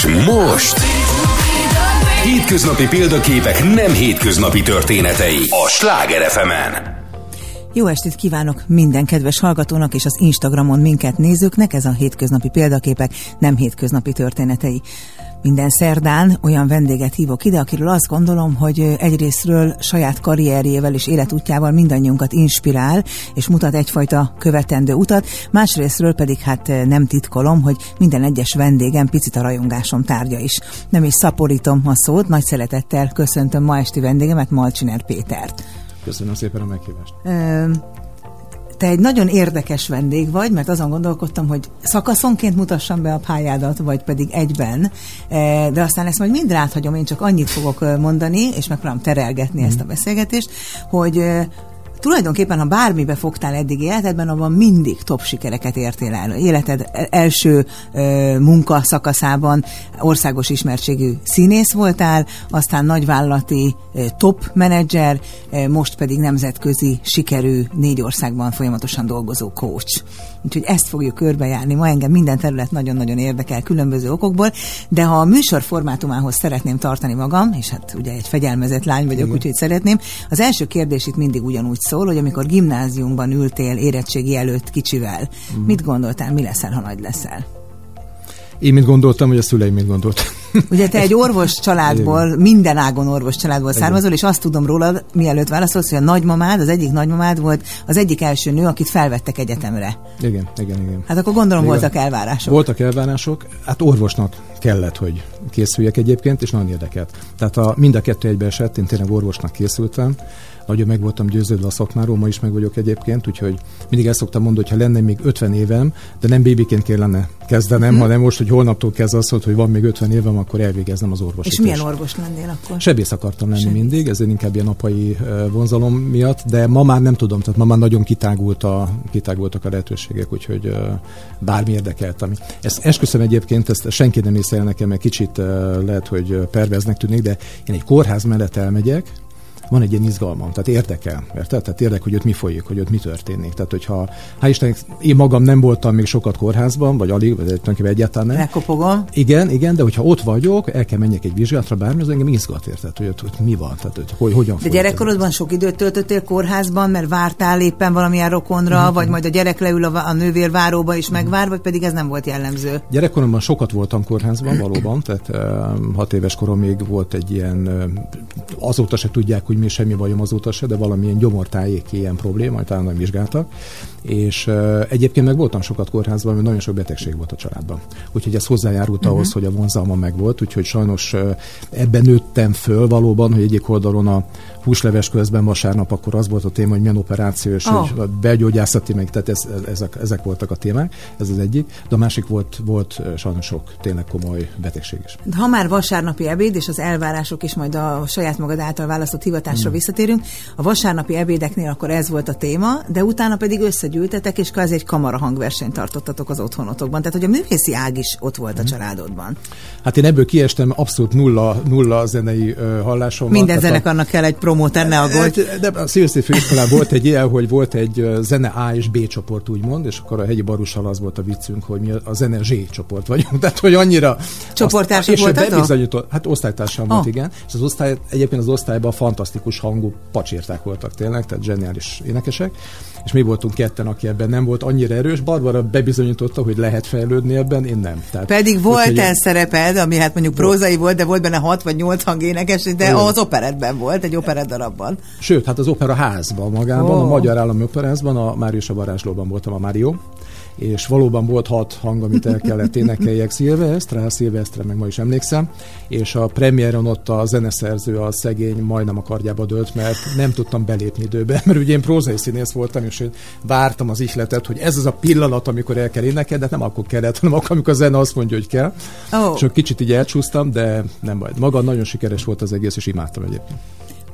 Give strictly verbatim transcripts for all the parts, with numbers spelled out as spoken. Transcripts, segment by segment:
most hétköznapi példaképek nem hétköznapi történetei a Sláger ef emen. Jó estét kívánok minden kedves hallgatónak és az Instagramon minket nézőknek, ez a hétköznapi példaképek nem hétköznapi történetei. Minden szerdán olyan vendéget hívok ide, akiről azt gondolom, hogy egyrésztről saját karrierjével és életútjával mindannyiunkat inspirál, és mutat egyfajta követendő utat, másrésztről pedig hát nem titkolom, hogy minden egyes vendégem picit a rajongásom tárgya is. Nem is szaporítom a szót, nagy szeretettel köszöntöm ma esti vendégemet, Malcsiner Pétert. Köszönöm szépen a meghívást. Ö- Te egy nagyon érdekes vendég vagy, mert azon gondolkodtam, hogy szakaszonként mutassam be a pályádat, vagy pedig egyben, de aztán ezt majd mind ráthagyom, én csak annyit fogok mondani, és megpróbálom terelgetni mm. ezt a beszélgetést, hogy tulajdonképpen, ha bármibe fogtál eddig életedben, abban mindig top sikereket értél el. Életed első ö, munkaszakaszában országos ismertségű színész voltál, aztán nagyvállalati ö, top menedzser, ö, most pedig nemzetközi sikerű, négy országban folyamatosan dolgozó coach. Úgyhogy ezt fogjuk körbejárni. Ma engem minden terület nagyon-nagyon érdekel különböző okokból, de ha a műsor formátumához szeretném tartani magam, és hát ugye egy fegyelmezett lány vagyok, úgyhogy szeretném, az első kérdés itt mindig ugyanúgy szól, hogy amikor gimnáziumban ültél érettségi előtt kicsivel, mm. mit gondoltál, mi leszel, ha nagy leszel? Én mit gondoltam, hogy a szüleim mit gondoltam. Ugye te egy orvos családból, minden ágon orvos családból származol, és azt tudom rólad, mielőtt válaszolsz, hogy a nagymamád, az egyik nagymamád volt az egyik első nő, akit felvettek egyetemre. Igen, igen, igen. Hát akkor gondolom igen. voltak elvárások. Voltak elvárások, hát orvosnak kellett, hogy készüljek egyébként, és nagyon érdekelt. Tehát a, mind a kettő egybeesett, én tényleg orvosnak készültem. Nagyon meg voltam győződve a szakmáról, ma is meg vagyok egyébként, úgyhogy mindig ezt szoktam mondani, hogy ha lenne még ötven évem, de nem bébiként kellene kezdenem, hmm. hanem most, hogy holnaptól kezd az, hogy van még ötven évem, akkor elvégeznem az orvosítást. És milyen orvos lennél akkor? Sebész akartam lenni Sebész. mindig, ezért inkább ilyen apai vonzalom miatt, de ma már nem tudom, tehát ma már nagyon kitágult a, kitágultak a lehetőségek, úgyhogy bármi érdekelt. Ami. Ezt esküszöm egyébként, ezt senki nem észrel nekem, mert kicsit lehet, hogy perverznek tűnik, de én egy kórház mellett elmegyek, van egy ilyen izgalmam, tehát érdekel, érted? Tehát érdekel, hogy ott mi folyik, hogy ott mi történik. Tehát, hogyha, hál' Istennek, én magam nem voltam még sokat kórházban, vagy alig, vagy tulajdonképpen egyáltalán nem. Lekopogom. Igen, igen, de hogyha ott vagyok, el kell menjek egy vizsgálatra, bármi, az engem izgat, érted, hogy ott, ott mi van, tehát hogy, hogy hogyan folyik. De gyerekkorodban sok időt töltöttél kórházban, mert vártál éppen valamilyen rokonra, mm-hmm. vagy majd a gyerek leül a, a nővérváróba is megvár, vagy pedig ez nem volt jellemző? Gyerekkoromban sokat voltam kórházban, valóban, tehát um, hat éves koromig volt egy ilyen, um, azóta se tudják, hogy mi semmi bajom azóta se, de valamilyen gyomortájéki ilyen probléma, talán nem vizsgáltak. És uh, egyébként meg voltam sokat kórházban, mert nagyon sok betegség volt a családban. Úgyhogy ez hozzájárult uh-huh. ahhoz, hogy a vonzalma megvolt, úgyhogy sajnos uh, ebben nőttem föl valóban, hogy egyik oldalon a húsleves közben vasárnap akkor az volt a téma, hogy milyen operáció, és oh. hogy belgyógyászati meg, tehát ez, ezek, ezek voltak a témák, ez az egyik, de a másik volt, volt sajnos sok tényleg komoly betegség is. De ha már vasárnapi ebéd, és az elvárások is majd a saját magad által választott hivatásra mm. visszatérünk, a vasárnapi ebédeknél akkor ez volt a téma, de utána pedig összegyűltetek, és kvázi egy kamara hangversenyt tartottatok az otthonotokban. Tehát, hogy a művészi ág is ott volt mm. a családodban. Hát én ebből kiestem, abszolút nulla, nulla zenei uh, hallásom. Minden zenekarnak kell egy promóter, ne aggódj. De a Szilveszteri Főiskolán volt egy ilyen, hogy volt egy zene A és B csoport, úgymond, és akkor a Hegyi Barussal az volt a viccünk, hogy mi a zene Z csoport vagyunk. Tehát, hogy annyira... Csoporttársak voltatok? Hát osztálytársam oh. volt, igen. És az osztály, egyébként az osztályban fantasztikus hangú pacsirták voltak tényleg, tehát zseniális énekesek. És mi voltunk ketten, aki ebben nem volt annyira erős. Barbara bebizonyította, hogy lehet fejlődni ebben, én nem. Tehát, pedig volt el szereped, ami hát mondjuk prózai volt, de volt benne hat vagy nyolc hangénekes, de olyan. Az operettben volt, egy operett darabban. Sőt, hát az opera házban magában, oh. a Magyar Állami Operázban, a Márius a varázslóban voltam, a Mário. És valóban volt hat hang, amit el kellett énekeljek, Szilvesztre, Szilvesztre, meg ma is emlékszem, és a premiéron ott a zeneszerző, a szegény majdnem a kardjába dőlt, mert nem tudtam belépni időbe, mert ugye én prózai színész voltam, és én vártam az ihletet, hogy ez az a pillanat, amikor el kell énekelni, de nem akkor kellett, hanem akkor, amikor a zene azt mondja, hogy kell. Oh. És kicsit így elcsúsztam, de nem baj. Maga nagyon sikeres volt az egész, és imádtam egyébként.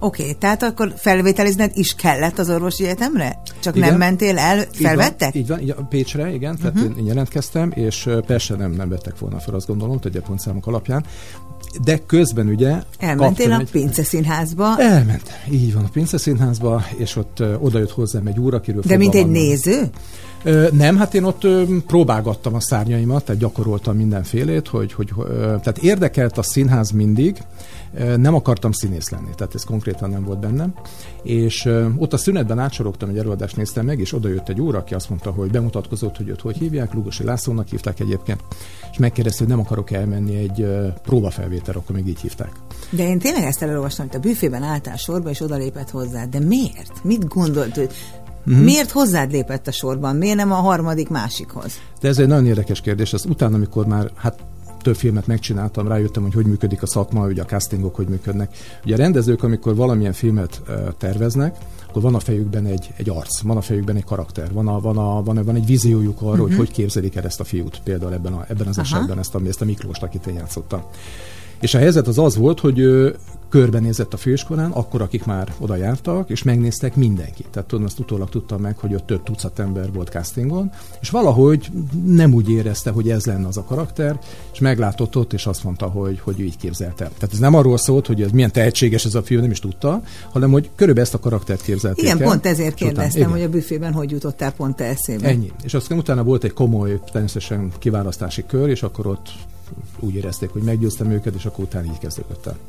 Oké, okay, tehát akkor felvételizned is kellett az orvosi egyetemre? Csak igen, nem mentél el, felvettek? Így van, így van, Pécsre, igen, tehát uh-huh. én jelentkeztem, és persze nem, nem vettek volna fel, azt gondolom, tegyelpontszámok alapján. De közben ugye... Elmentél a egy... Pince Színházba. Elment, így van, a Pince Színházba, és ott uh, odajött hozzám egy úr, akiről... De mint egy néző? Uh, nem, hát én ott uh, próbálgattam a szárnyaimat, tehát gyakoroltam mindenfélét, hogy, hogy uh, tehát érdekelt a színház mindig, uh, nem akartam színész lenni, tehát ez konkrétan nem volt bennem, és uh, ott a szünetben átsorogtam, egy előadást néztem meg, és odajött egy úr, aki azt mondta, hogy bemutatkozott, hogy őt hogy hívják, Lugosi Lászlónak hívták egyébként, és megkérdezte, hogy nem akarok elmenni egy uh, próbafelvételre, akkor még így hívták. De én tényleg ezt elolvastam, hogy a büfében álltál sorba, és odalépett hozzá. De miért? Mit gondolt? Mm-hmm. Miért hozzád lépett a sorban? Miért nem a harmadik másikhoz? De ez egy nagyon érdekes kérdés. Az utána, amikor már hát több filmet megcsináltam, rájöttem, hogy hogy működik a szakma, ugye a castingok hogy működnek. Ugye a rendezők, amikor valamilyen filmet uh, terveznek, akkor van a fejükben egy, egy arc, van a fejükben egy karakter, van, a, van, a, van, a, van egy víziójuk arról, uh-huh. hogy hogy képzelik el ezt a fiút, például ebben, a, ebben az Aha. esetben, ezt a, ezt a Miklóst, akit én játszottam. És a helyzet az az volt, hogy ő körbenézett a főiskolán, akkor, akik már oda jártak, és megnéztek mindenkit. Tehát tudom, azt utólag tudtam meg, hogy ott több tucat ember volt castingon, és valahogy nem úgy érezte, hogy ez lenne az a karakter, és meglátott ott, és azt mondta, hogy, hogy ő így képzelte. Tehát ez nem arról szólt, hogy ez milyen tehetséges ez a fiú, nem is tudta, hanem hogy körülbelül ezt a karaktert képzelték Igen, el. pont ezért kérdeztem, hogy a büfében hogy jutottál pont te eszébe. Ennyi. És aztán utána volt egy komoly, természetesen kiválasztási kör, és akkor ott úgy érezték, hogy meggyőztem őket, és akkor utána így kezdődött el.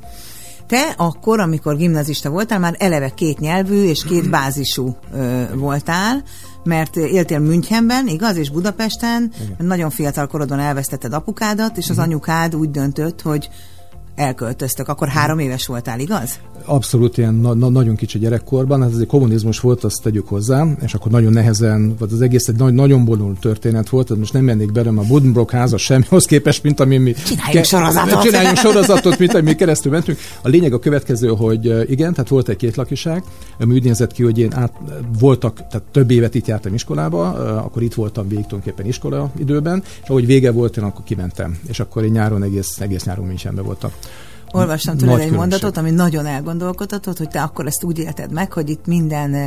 Te akkor, amikor gimnazista voltál, már eleve két nyelvű és két bázisú ö, voltál, mert éltél Münchenben, igaz, és Budapesten. Igen. Nagyon fiatal korodon elvesztetted apukádat, és az Igen. anyukád úgy döntött, hogy elköltöztök. Akkor három éves voltál, igaz? Abszolút, ilyen na- na- nagyon kicsi gyerekkorban. Hát ez egy kommunizmus volt, azt tegyük hozzá, és akkor nagyon nehezen, vagy az egész egy nagy, nagyon bonyolult történet volt, most nem mennék bele a Buddenbrook háza semmihoz képest, mint ami mi... Csináljunk ke- sorozatot! Csináljunk sorozatot, mint ami mi keresztül mentünk. A lényeg a következő, hogy igen, tehát volt egy kétlakosság, ami úgy nézett ki, hogy én át, voltak, tehát több évet itt jártam iskolába, akkor itt voltam végig tulajdonképpen iskola időben, és ahogy vége volt, én akkor kimentem. És akkor én nyáron egész, egész nyáron Münchenben voltam. Olvastam tőled egy mondatot, ami nagyon elgondolkodtatott, hogy te akkor ezt úgy élted meg, hogy itt minden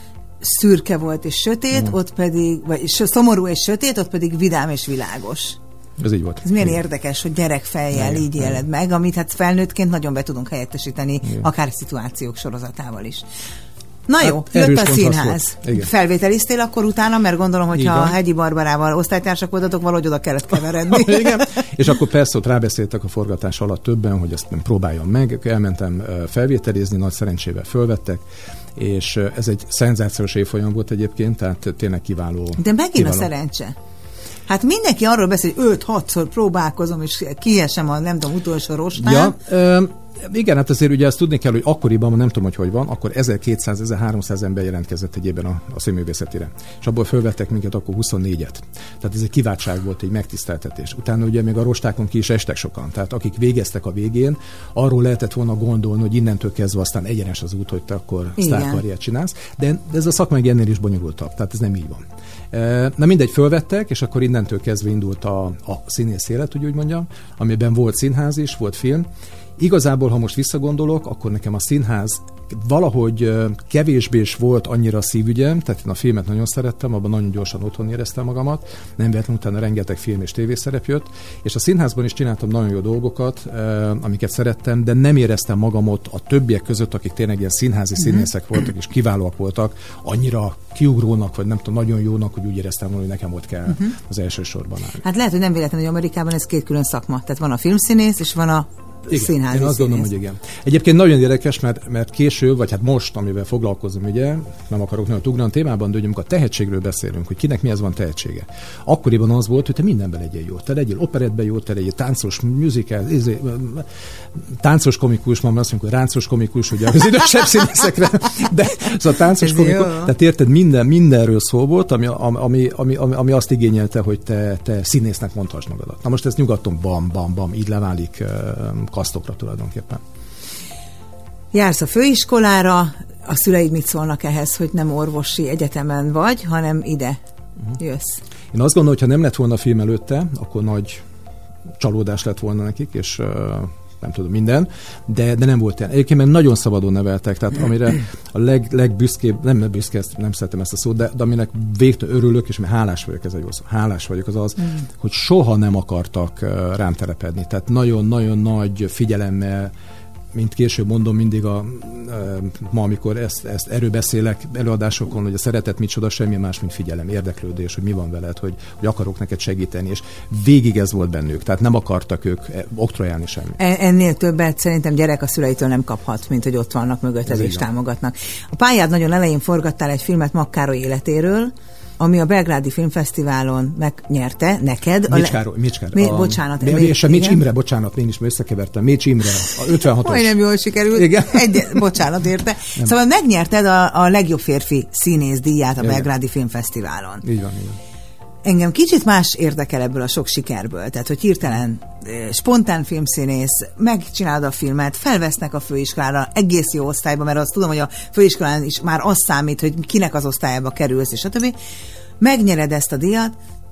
szürke volt és sötét, mm. ott pedig, vagy szomorú és sötét, ott pedig vidám és világos. Ez így volt. Ez milyen Igen. érdekes, hogy gyerekfejjel Igen. így éled meg, amit hát felnőttként nagyon be tudunk helyettesíteni, Igen. akár szituációk sorozatával is. Na jó, hát jött a színház. Felvételiztél akkor utána, mert gondolom, hogy ha Hegyi Barbarával osztálytársak voltatok, valahogy oda kellett keveredni. Igen. És akkor persze ott rábeszéltek a forgatás alatt többen, hogy ezt próbáljam meg. Elmentem felvételizni, nagy szerencsével fölvettek, és ez egy szenzációs évfolyam volt egyébként, tehát tényleg kiváló. De megint kiváló. A szerencse. Hát mindenki arról beszél, hogy öt-hatszor próbálkozom, és kiesem a nem tudom, utolsó rostán. Ja, ö- Igen, hát azért ugye azt tudni kell, hogy akkoriban, nem tudom, hogy hogy van, akkor ezerkétszáz-ezerháromszáz ember jelentkezett egyében a, a színművészetire. És abból fölvettek minket akkor huszonnégyet. Tehát ez egy kiváltság volt, egy megtiszteltetés. Utána ugye még a rostákon ki is estek sokan. Tehát akik végeztek a végén, arról lehetett volna gondolni, hogy innentől kezdve aztán egyenes az út, hogy te akkor sztárkarriert csinálsz. De ez a szakma meg ennél is bonyolultabb. Tehát ez nem így van. Na mindegy, fölvettek, és akkor innentől kezdve indult a, a színész élet, úgy, úgy mondjam, amiben volt színház is, volt film. Igazából, ha most visszagondolok, akkor nekem a színház valahogy kevésbé is volt annyira a szívügyem, tehát én a filmet nagyon szerettem, abban nagyon gyorsan otthon éreztem magamat, nem véletlenül utána rengeteg film és tévészerep jött, és a színházban is csináltam nagyon jó dolgokat, amiket szerettem, de nem éreztem magamot a többiek között, akik tényleg ilyen színházi színészek voltak, és kiválóak voltak, annyira kiugrónak, vagy nem tudom, nagyon jónak, hogy úgy éreztem volna, hogy nekem ott kell uh-huh. az első sorban állni. Hát lehet, hogy nem véletlenül, hogy Amerikában ez két külön szakma. Tehát van a filmszínész, és van a Igen, én azt gondolom, hogy igen. Egyébként nagyon érdekes, mert, mert később, vagy hát most, amivel foglalkozom, ugye, nem akarok nagyon ugrani a témában, de ugye amikor a tehetségről beszélünk, hogy kinek mihez van tehetsége. Akkoriban az volt, hogy te mindenben legyél jó. Te legyél operettben jó, te legyél táncos, musical, izé, táncos komikus, ma azt mondjuk, hogy ráncos komikus, ugye az idősebb színészekre, de az a táncos komikus, tehát érted, minden, mindenről szó volt, ami, ami, ami, ami, ami azt igényelte, hogy te, te színésznek mondhass magadat. Na most ez nyugaton bam, bam, bam, így leválik kasztokra tulajdonképpen. Jársz a főiskolára, a szüleid mit szólnak ehhez, hogy nem orvosi egyetemen vagy, hanem ide uh-huh. jössz? Én azt gondolom, hogy ha nem lett volna film előtte, akkor nagy csalódás lett volna nekik, és uh, nem tudom, minden, de, de nem volt ilyen. Egyébként meg nagyon szabadon neveltek, tehát amire a leg, legbüszkébb, nem büszke, nem szeretem ezt a szót, de, de aminek végtől örülök, és mert hálás vagyok, ez egy jó szó, hálás vagyok, az az, mm. hogy soha nem akartak rám telepedni. Tehát nagyon-nagyon nagy figyelemmel, mint később mondom mindig a, ma, amikor ezt, ezt erről beszélek előadásokon, hogy a szeretet micsoda, semmi más, mint figyelem, érdeklődés, hogy mi van veled, hogy, hogy akarok neked segíteni, és végig ez volt bennük, tehát nem akartak ők oktrojálni semmi. Ennél többet szerintem gyerek a szüleitől nem kaphat, mint hogy ott vannak mögötted és támogatnak. A pályád nagyon elején forgattál egy filmet Makk Károly életéről, ami a Belgrádi Filmfesztiválon megnyerte neked. Mics Károly, Mics Károly. Mi, bocsánat. Mi, és a Mics Imre, bocsánat, én is összekevertem. Mics Imre, a ötvenhatos. Majdnem jól sikerült. Igen. Egy, bocsánat érte. Nem. Szóval megnyerted a, a legjobb férfi színész díját a Igen. Belgrádi Filmfesztiválon. Így van, így van. Engem kicsit más érdekel ebből a sok sikerből. Tehát, hogy hirtelen spontán filmszínész, megcsinálod a filmet, felvesznek a főiskolára, egész jó osztályba, mert azt tudom, hogy a főiskolán is már az számít, hogy kinek az osztályába kerülsz, és stb. Megnyered ezt a díjat.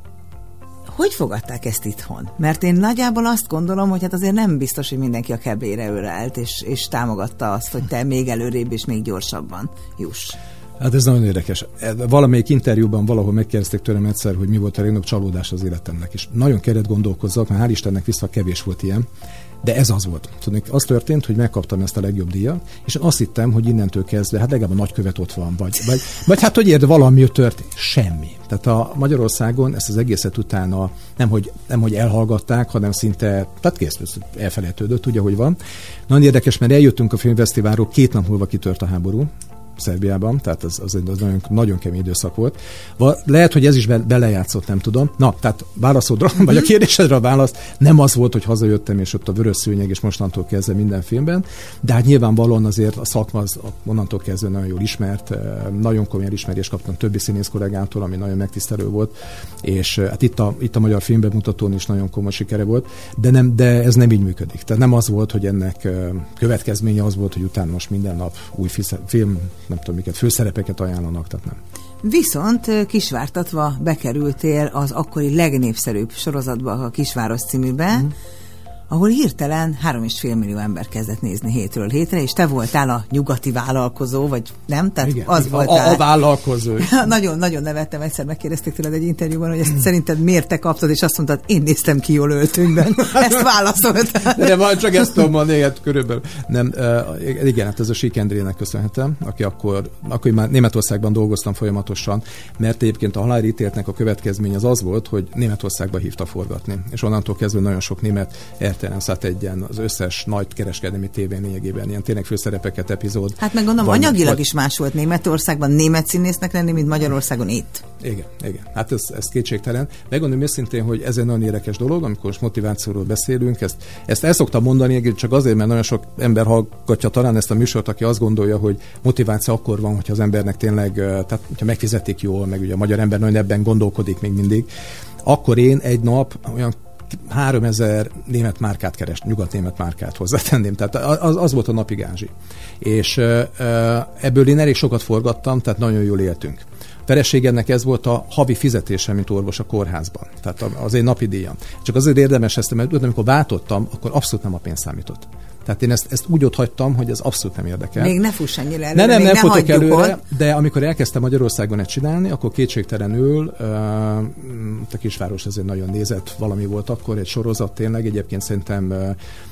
Hogy fogadták ezt itthon? Mert én nagyjából azt gondolom, hogy hát azért nem biztos, hogy mindenki a keblére ölelt, és, és támogatta azt, hogy te még előrébb és még gyorsabban juss. Hát ez nagyon érdekes. Valamelyik interjúban valahol megkérdezték tőlem egyszer, hogy mi volt a legnagyobb csalódás az életemnek. És nagyon kellett gondolkozzak, mert hál' Istennek vissza kevés volt ilyen, de ez az volt. Tudod, az történt, hogy megkaptam ezt a legjobb díjat, és azt hittem, hogy innentől kezdve, hát legalább a nagykövet ott van, vagy, vagy, vagy hát hogy érde, valami történt. Semmi. Tehát a Magyarországon ezt az egészet utána nem, hogy, nem, hogy elhallgatták, hanem szinte, tehát kész, elfelejtődött, ugye, hogy van. Nagyon érdekes, mert eljöttünk a filmfesztiválról, két nap múlva kitört a háború Szerbiában, tehát az, az egy az nagyon, nagyon kemény időszak volt. Lehet, hogy ez is be, belejátszott, nem tudom. Na, tehát válaszodra, vagy a kérdésedre a válasz, nem az volt, hogy hazajöttem, és ott a vörös szőnyeg, és mostantól kezdve minden filmben, de hát nyilvánvalóan azért a szakma az onnantól kezdve nagyon jól ismert, nagyon komolyan ismerést kaptam többi színész kollégától, ami nagyon megtisztelő volt, és hát itt a, itt a magyar filmbemutatón is nagyon komoly sikere volt, de, nem, de ez nem így működik. Tehát nem az volt, hogy ennek következménye az volt, hogy utána most minden nap új film, nem tudom miket, főszerepeket ajánlanak, tehát nem. Viszont kisvártatva bekerültél az akkori legnépszerűbb sorozatba, a Kisváros címűbe, mm. ahol hirtelen három és fél millió ember kezdett nézni hétről hétre, és te voltál a nyugati vállalkozó, vagy nem? Tehát igen, az igen, voltál. A, a vállalkozó. nagyon, nagyon nevettem, egyszer megkérdezték tőled egy interjúban, hogy ezt szerinted miért te kaptad, és azt mondtad, én néztem ki jól öltönyben. Ezt válaszoltál. De majd csak ezt tudom mondani, hát körülbelül. Nem, uh, igen, hát ez a Sík Endrének köszönhetem, aki akkor, akkor már Németországban dolgoztam folyamatosan, mert egyébként a halálra ítéltnek a következmény az az volt, hogy Németországba hívta forgatni. És onnantól kezdve nagyon sok német Szát egyen az összes nagy kereskedelmi tévén lényegében ilyen tényleg főszerepeket, epizód. Hát meg gondolom, anyagilag vagy... is más volt Németországban német színésznek lenni, mint Magyarországon itt. Igen, igen. Hát ez, ez kétségtelen. Megmondom őszintén, hogy ez egy nagyon érdekes dolog, amikor most motivációról beszélünk. Ezt, ezt el szoktam mondani, csak azért, mert nagyon sok ember hallgatja talán ezt a műsort, aki azt gondolja, hogy motiváció akkor van, hogyha az embernek tényleg, tehát hogyha megfizetik jól, meg ugye a magyar ember nagyon ebben gondolkodik még mindig. Akkor én egy nap olyan háromezer német márkát keres, nyugat-német márkát hozzátenném. Tehát az, az volt a napi gázsi. És ebből én elég sokat forgattam, tehát nagyon jól éltünk. A feleségemnek ez volt a havi fizetése, mint orvos a kórházban. Tehát az én napi díjam. Csak azért érdemes ezt, mert amikor váltottam, akkor abszolút nem a pénz számított. Tehát én ezt, ezt úgy ott hagytam, hogy ez abszolút nem érdekel. Még ne fuss ennyire előre. Ne, nem, nem ne futok előre, ott. De amikor elkezdtem Magyarországon ezt csinálni, akkor kétségtelenül uh, a Kisváros azért nagyon nézett valami volt akkor, egy sorozat tényleg, egyébként szerintem uh,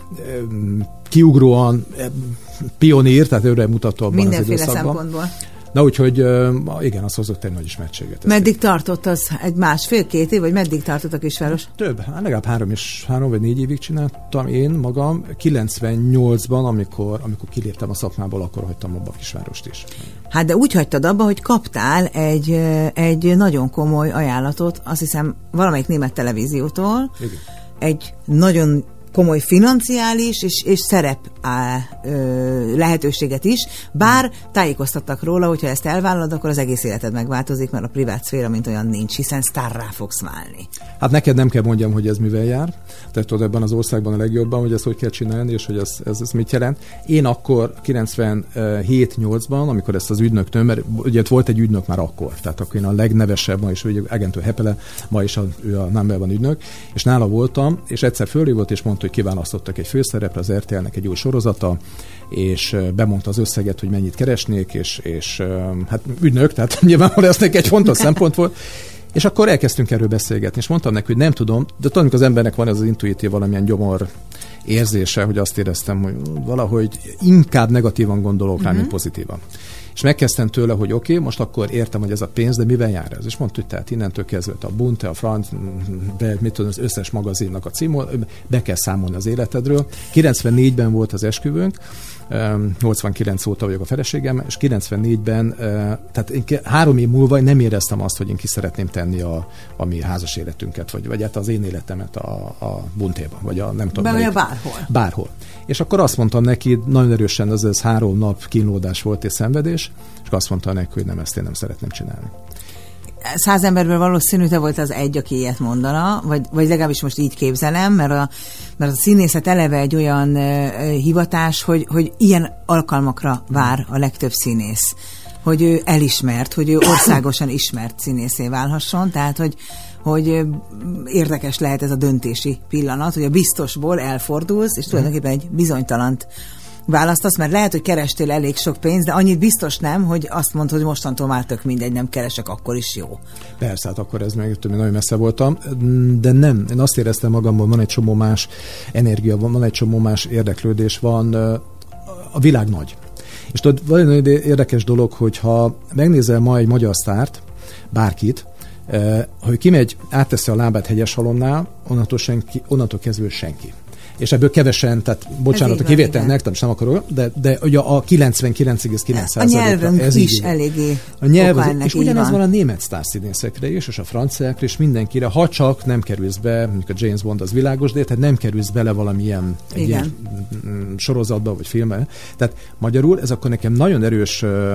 kiugróan uh, pionír, tehát őre mutató abban az időszakban. Mindenféle szempontból. Na úgyhogy igen, az hozott egy nagy ismertséget. Meddig tartott az? Egy másfél-két év, vagy meddig tartott a Kisváros? Több, hát legalább három és három vagy négy évig csináltam én magam. kilencvennyolcban, amikor, amikor kiléptem a szakmából, akkor hagytam abba a Kisvárost is. Hát de úgy hagytad abba, hogy kaptál egy, egy nagyon komoly ajánlatot, azt hiszem valamelyik német televíziótól. Igen. Egy nagyon komoly financiális és, és szerep á, ö, lehetőséget is, bár tájékoztattak róla, hogyha ezt elvállalod, akkor az egész életed megváltozik, mert a privát szféra mint olyan nincs, hiszen sztárrá fogsz válni. Hát neked nem kell mondjam, hogy ez mivel jár. Tehát tudod ebben az országban a legjobban, hogy ezt hogy kell csinálni, és hogy ez, ez, ez mit jelent. Én akkor kilencvenhét nyolcban, amikor ezt az ügynöktől, mert ugye volt egy ügynök már akkor, tehát akkor én a legnevesebb, ma is ugye Agentő Hepele, ma is a, ő a number one ügynök, és nála voltam, és egyszer fölhívott, és mondta, mondta, hogy kiválasztottak egy főszerepre, az er té el-nek egy új sorozata, és bemondta az összeget, hogy mennyit keresnék, és, és hát ügynök, tehát nyilvánvalóan ez neki egy fontos szempont volt. És akkor elkezdtünk erről beszélgetni, és mondtam neki, hogy nem tudom, de tudom, hogy az embernek van ez az intuitív valamilyen gyomor érzése, hogy azt éreztem, hogy valahogy inkább negatívan gondolok rá, uh-huh. mint pozitívan. És megkezdtem tőle, hogy oké, okay, most akkor értem, hogy ez a pénz, de mivel jár ez? És mondta, hogy tehát innentől kezdve a Bunte, a Franc, de mit tudom, az összes magazinnak a cím, be kell számolni az életedről. kilencvennégyben volt az esküvőnk, nyolcvankilenc óta vagyok a feleségem, és kilencvennégyben, tehát én három év múlva nem éreztem azt, hogy én ki szeretném tenni a, a mi házas életünket, vagy, vagy hát az én életemet a, a Buntéban, vagy a nem tudom. Be, bárhol. Bárhol. És akkor azt mondtam neki, nagyon erősen az ez három nap kínlódás volt és szenvedés, és azt mondta neki, hogy nem, ezt én nem szeretném csinálni. Száz emberből valószínű te volt az egy, aki ilyet mondana, vagy, vagy legalábbis most így képzelem, mert a, mert a színészet eleve egy olyan uh, hivatás, hogy, hogy ilyen alkalmakra vár a legtöbb színész. Hogy ő elismert, hogy ő országosan ismert színészé válhasson, tehát hogy, hogy érdekes lehet ez a döntési pillanat, hogy a biztosból elfordulsz, és tulajdonképpen egy bizonytalant választasz, mert lehet, hogy kerestél elég sok pénzt, de annyit biztos nem, hogy azt mondod, hogy mostantól már tök mindegy, nem keresek, akkor is jó. Persze, hát akkor ez még több, nagyon messze voltam, de nem. Én azt éreztem magamban, van egy csomó más energia, van egy csomó más érdeklődés, van, a világ nagy. És tudod, van egy érdekes dolog, hogyha megnézel ma egy magyar sztárt, bárkit, hogy kimegy, átteszi a lábát Hegyeshalomnál, onnantól, senki, onnantól kezdve senki. És ebből kevesen, tehát bocsánat a kivételnek, nem, nem akarok, de, de ugye a kilencvenkilenc egész kilenc százalék. A nyelvünk ez is így, eléggé a nyelv, és ugyanez van a német sztárszínészekre is, és a franciákra is, mindenkire, ha csak nem kerülsz be, mondjuk a James Bond az világos, de tehát nem kerülsz bele valamilyen egy ilyen sorozatba, vagy filmbe. Tehát magyarul ez akkor nekem nagyon erős ö,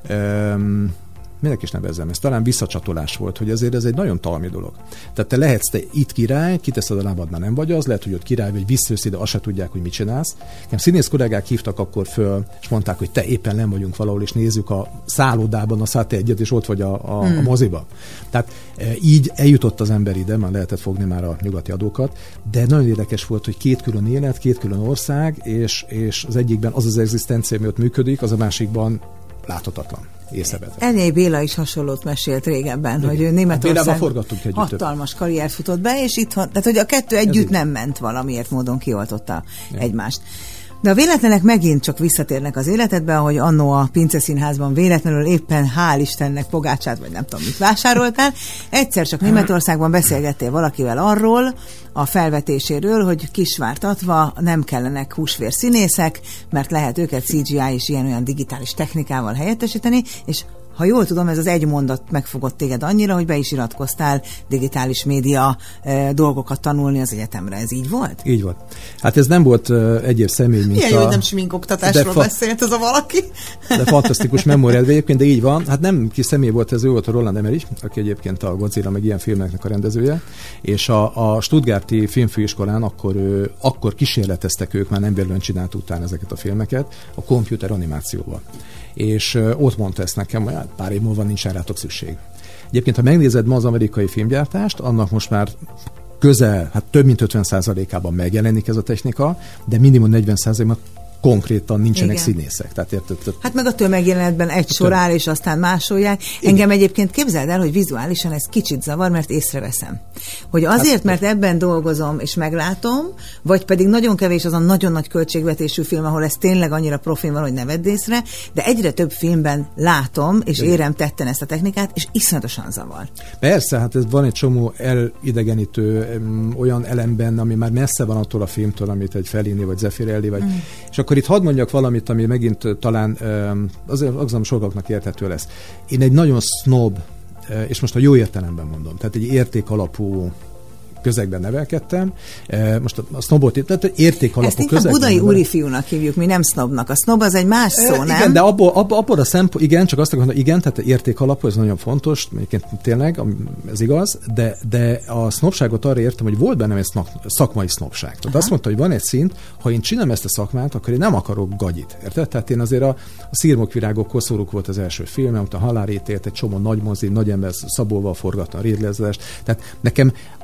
ö, minek is nevezzem, ez talán visszacsatolás volt, hogy ezért ez egy nagyon talmi dolog. Tehát te lehetsz te itt király, kiteszed a lábad, már nem vagy az, lehet, hogy ott király vagy visszajössz ide, azt se tudják, hogy mit csinálsz. Nekem színész kollégák hívtak akkor föl, és mondták, hogy te éppen nem vagyunk valahol, és nézzük a szállodában a Száté egyet, és ott vagy a, a, hmm. a moziba. Tehát e, így eljutott az ember ide, már lehetett fogni már a nyugati adókat, de nagyon érdekes volt, hogy két külön élet, két külön ország, és, és az egyikben az az egzisztencia, ami ott működik, az a másikban láthatatlan. Enyé Béla is hasonlót mesélt régebben, igen. Hogy ő Németországban hatalmas karriert futott be, és itthon, tehát hogy a kettő együtt nem ment, valamiért módon kioltotta ja. egymást. De a véletlenek megint csak visszatérnek az életedbe, ahogy annó a Pinceszínházban véletlenül éppen hál' Istennek pogácsát, vagy nem tudom mit vásároltál. Egyszer csak Németországban beszélgettél valakivel arról, a felvetéséről, hogy kisvártatva nem kellenek húsvér színészek, mert lehet őket cé gé í és ilyen-olyan digitális technikával helyettesíteni, és ha jól tudom, ez az egy mondat megfogott téged annyira, hogy be is iratkoztál digitális média e, dolgokat tanulni az egyetemre. Ez így volt? Így volt. Hát ez nem volt uh, egyéb személy, mint Milyen a... jó, hogy nem sminkoktatásról fa... beszélt ez a valaki. De fantasztikus memóriád egyébként, de így van. Hát nem ki személy volt ez, ő volt a Roland Emmerich, aki egyébként a Godzilla meg ilyen filmeknek a rendezője, és a, a Stuttgarti filmfőiskolán akkor, ő, akkor kísérleteztek ők, már nem véletlenül csinált utána ezeket a filmeket, a komputer animációval. És ott mondta ezt nekem, hogy pár év múlva nincs rátok szükség. Egyébként, ha megnézed ma az amerikai filmgyártást, annak most már közel, hát több mint ötven százalékában megjelenik ez a technika, de minimum negyven százalékban konkrétan nincsenek igen. színészek. Tehát érted, hát meg a tömegjelenetben egy sor áll, és aztán másolják. Igen. Engem egyébként képzeld el, hogy vizuálisan ez kicsit zavar, mert észreveszem. Hogy azért, hát, mert ebben dolgozom, és meglátom, vagy pedig nagyon kevés az a nagyon nagy költségvetésű film, ahol ez tényleg annyira profin van, hogy ne vedd észre, de egyre több filmben látom, és igen. érem tetten ezt a technikát, és iszonyatosan zavar. Persze, hát ez van egy csomó elidegenítő olyan elemben, ami már messze van attól a filmtől, amit egy Fellini, vagy Zeffirelli, vagy... Mm. És akkor itt hadd mondjak valamit, ami megint talán azért azon sokaknak érthető lesz. Én egy nagyon snob, és most a jó értelemben mondom, tehát egy értékalapú közegben nevelkedtem. Most a sznobot, tehát értékalapú közegben. Ezt inkább budai úrifiúnak hívjuk, mi nem sznobnak. A sznob az egy más szó, nem? Igen, de abból, abból, abból a szempont, igen, csak azt akarom, igen, tehát értékalapú, ez nagyon fontos, egyébként tényleg, ez igaz, de, de a sznobságot arra értem, hogy volt bennem egy szakmai sznobság. Tehát azt mondta, hogy van egy szint, ha én csinálom ezt a szakmát, akkor én nem akarok gagyit. Érted? Tehát én azért a, a Szirmokvirágok koszorúk volt az első filmem, ott a Halálítélt, egy csomó nagy mozi, nagy ember Szabóval forgattam a Rédlezést. Tehát nekem az, hogy ez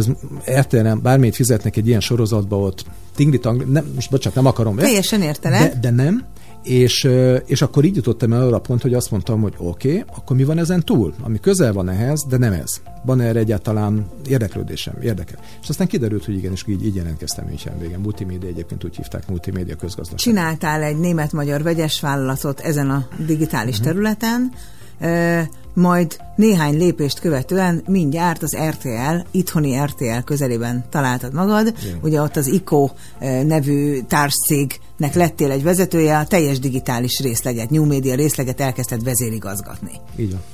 ez er té el-en bármit fizetnek egy ilyen sorozatba, ott tingli-tangli, nem, most bocsánat, nem akarom. Teljesen értelek. De, de nem. És, és akkor így jutottam el arra a pont, hogy azt mondtam, hogy oké, okay, akkor mi van ezen túl? Ami közel van ehhez, de nem ez. Van erre egyáltalán érdeklődésem, érdekel. És aztán kiderült, hogy igen, és így, így jelentkeztem München végén. Multimédia, egyébként úgy hívták, multimédia közgazdaság. Csináltál egy német-magyar vegyes vállalatot ezen a digitális uh-huh. területen, e, majd néhány lépést követően mindjárt az er té el, itthoni er té el közelében találtad magad. Igen. Ugye ott az i kó nevű társcégnek lettél egy vezetője, a teljes digitális részleget, New Media részleget elkezdted vezérigazgatni. Így van.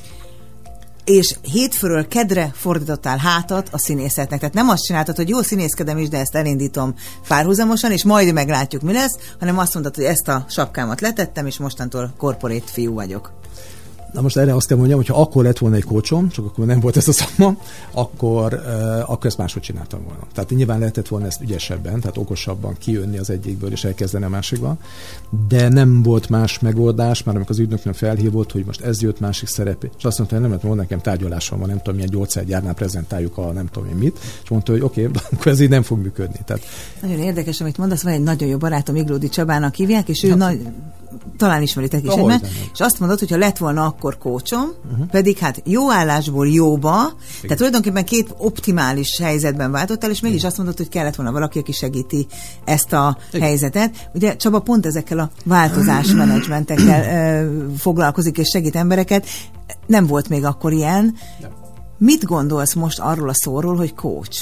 És hétfőről kedre fordítottál hátat a színészetnek. Tehát nem azt csináltad, hogy jó, színészkedem is, de ezt elindítom párhuzamosan, és majd meglátjuk, mi lesz, hanem azt mondtad, hogy ezt a sapkámat letettem, és mostantól corporate fiú vagyok. Na most erre azt kell mondjam, hogy ha akkor lett volna egy kócsom, csak akkor nem volt ez a szakma, akkor, uh, akkor ezt máshogy csináltam volna. Tehát nyilván lehetett volna ezt ügyesebben, tehát okosabban kijönni az egyikből és elkezdeni a másikban, de nem volt más megoldás, már amikor az ügynöknő felhívott, hogy most ez jött másik szerep, és azt mondta, hogy nem lehet volna, nekem tárgyalásom van, nem tudom, milyen gyógyszergyárnál prezentáljuk a nem tudom én mit, és mondta, hogy oké, okay, akkor ez így nem fog működni. Tehát... Nagyon érdekes, amit mondasz, van egy nagyon jó barátom, Iglódi Csabának hívják, és ő nagy, talán ismeritek is egymást, és azt mondod, hogy ha lett volna akkor kócsom, uh-huh. pedig hát jó állásból jóba, igen. Tehát tulajdonképpen két optimális helyzetben váltottál, és mégis igen. azt mondod, hogy kellett volna valaki, aki segíti ezt a igen. helyzetet. Ugye Csaba pont ezekkel a változásmenedzsmentekkel uh, foglalkozik és segít embereket. Nem volt még akkor ilyen. Nem. Mit gondolsz most arról a szóról, hogy coach?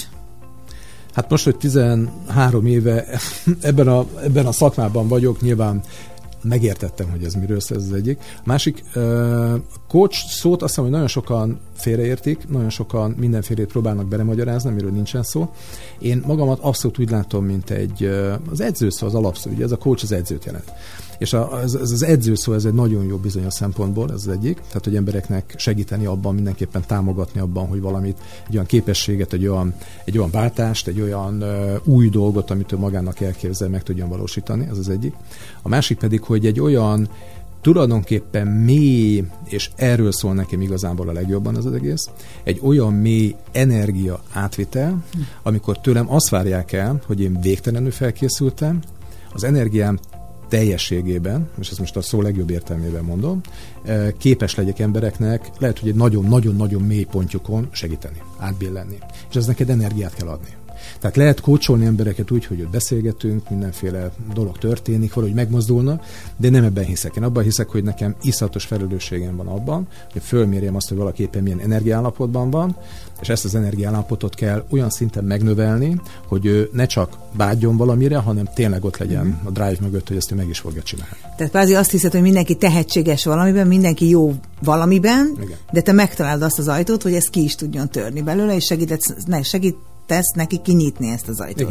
Hát most, hogy tizenhárom éve ebben a, ebben a szakmában vagyok, nyilván megértettem, hogy ez miről szól, ez az egyik. A másik, uh, coach szót azt hiszem, hogy nagyon sokan félreértik, nagyon sokan mindenfélét próbálnak belemagyarázni, amiről nincsen szó. Én magamat abszolút úgy látom, mint egy, uh, az edző szó, az alapszó, ugye ez a coach az edzőt jelent. És a, ez, ez az edző szó, ez egy nagyon jó bizonyos szempontból, ez az egyik, tehát hogy embereknek segíteni abban, mindenképpen támogatni abban, hogy valamit, egy olyan képességet, egy olyan, egy olyan váltást, egy olyan uh, új dolgot, amit ő magának elképzel, meg tudjon valósítani, ez az egyik. A másik pedig, hogy egy olyan tulajdonképpen mély, és erről szól nekem igazából a legjobban ez az egész, egy olyan mély energia átvitel, amikor tőlem azt várják el, hogy én végtelenül felkészültem, az energiám teljességében, és ezt most a szó legjobb értelmében mondom, képes legyek embereknek, lehet, hogy egy nagyon-nagyon-nagyon mély pontjukon segíteni, átbillenni. És ez neked energiát kell adni. Tehát lehet kócsolni embereket úgy, hogy beszélgetünk, mindenféle dolog történik, valahogy megmozdulnak, de nem ebben hiszek. Én abban hiszek, hogy nekem iszonyatos felelősségem van abban, hogy fölmérjem azt, hogy valaki éppen milyen energiállapotban van, és ezt az energiállapotot kell olyan szinten megnövelni, hogy ő ne csak vágyjon valamire, hanem tényleg ott legyen mm-hmm. a drive mögött, hogy ezt ő meg is fogja csinálni. Tehát kvázi azt hiszed, hogy mindenki tehetséges valamiben, mindenki jó valamiben, igen. de te megtalálod azt az ajtót, hogy ezt ki is tudjon törni belőle, és segítesz, ne, segítesz neki kinyitni ezt az ajtót.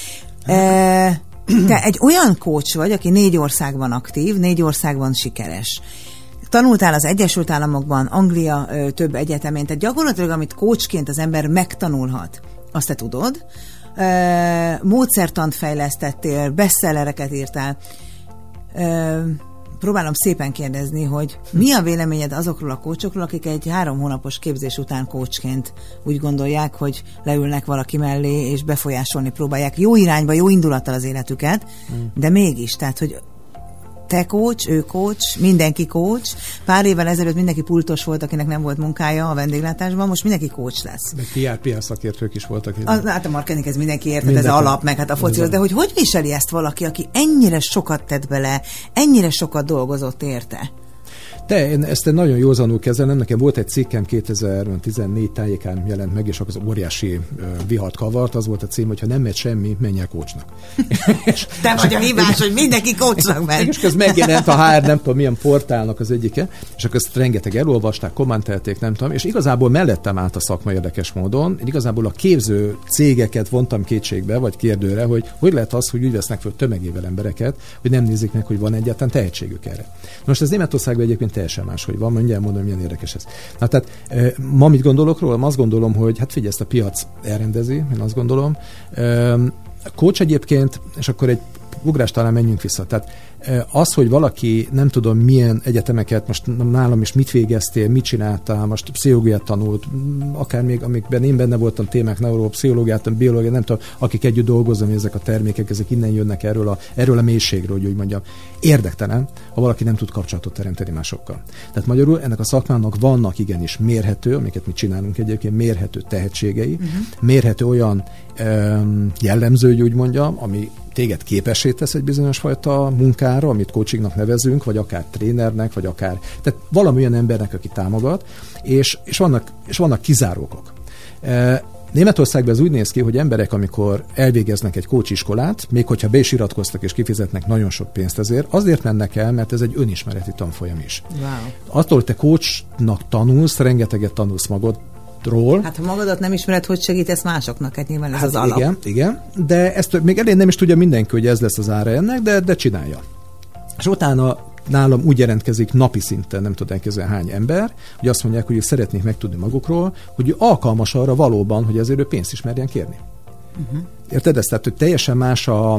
E, te egy olyan coach vagy, aki négy országban aktív, négy országban sikeres. Tanultál az Egyesült Államokban, Anglia ö, több egyetemén, tehát gyakorlatilag, amit coachként az ember megtanulhat, azt te tudod. E, módszertant fejlesztettél, bestsellereket írtál. E, próbálom szépen kérdezni, hogy mi a véleményed azokról a coachokról, akik egy három hónapos képzés után coachként úgy gondolják, hogy leülnek valaki mellé, és befolyásolni próbálják jó irányba, jó indulattal az életüket, mm. de mégis, tehát, hogy te coach, ő coach, mindenki coach. Pár évvel ezelőtt mindenki pultos volt, akinek nem volt munkája a vendéglátásban, most mindenki coach lesz. De pé er, pé er szakértők is voltak. A, hát a marketing, ez mindenki érted, ez alap, meg hát a focihoz, de hogy hogy viseli ezt valaki, aki ennyire sokat tett bele, ennyire sokat dolgozott érte? De én ezt nagyon józanul kezelem. Nekem volt egy cikkem kétezer-tizennégy tájékán jelent meg, és akkor az óriási vihart kavart. Az volt a cím, hogy ha nem megy semmi, menj el coachnak. Te vagy a hibás, hogy mindenki coachnak megy. És ez megjelent a há er, nem tudom milyen portálnak az egyike, és akkor ezt rengeteg elolvasták, kommentelték, nem tudom, és igazából mellettem állt a szakma érdekes módon. Én igazából a képző cégeket vontam kétségbe, vagy kérdőre, hogy hogy lehet az, hogy úgy vesznek föl tömegével embereket, hogy nem nézik meg, hogy van egyáltalán tehetségük erre. Most ez Németországban egyébként teljesen máshogy van, mindjárt mondom, milyen érdekes ez. Na, tehát e, ma mit gondolok róla? Azt gondolom, hogy hát figyelj, ezt a piac elrendezi, én azt gondolom. E, a coach egyébként, és akkor egy ugrás talán menjünk vissza. Tehát az, hogy valaki nem tudom milyen egyetemeket, most nálam is mit végeztél, mit csináltál, most pszichológiát tanult, akár még amikben én benne voltam témák, neuropszichológiát, biológiát, nem tudom, akik együtt dolgozom, ezek a termékek, ezek innen jönnek erről a, erről a mélységről, hogy úgy mondjam. Érdektelen, ha valaki nem tud kapcsolatot teremteni másokkal. Tehát magyarul ennek a szakmának vannak igenis mérhető, amiket mi csinálunk egyébként, mérhető tehetségei, uh-huh. mérhető olyan um, jellemző, hogy úgy mondjam, ami téged képessé tesz egy bizonyos fajta munkára, amit coachingnak nevezünk, vagy akár trénernek, vagy akár, tehát valamilyen embernek, aki támogat, és, és, vannak, és vannak kizárókok. E, Németországban ez úgy néz ki, hogy emberek, amikor elvégeznek egy coachiskolát, még hogyha be is iratkoztak és kifizetnek nagyon sok pénzt ezért, azért mennek el, mert ez egy önismereti tanfolyam is. Wow. Attól, hogy te coachnak tanulsz, rengeteget tanulsz magad, Ról. Hát ha magadat nem ismered, hogy segítesz másoknak, hát nyilván ez hát az alap. Igen, igen, de ezt még elég nem is tudja mindenki, hogy ez lesz az ára ennek, de, de csinálja. És utána nálam úgy jelentkezik napi szinten, nem tudom elképzelni hány ember, hogy azt mondják, hogy ők szeretnék megtudni magukról, hogy ő alkalmas arra valóban, hogy azért ő pénzt is merjen kérni. Uh-huh. Érted ezt? Tehát, hogy teljesen más a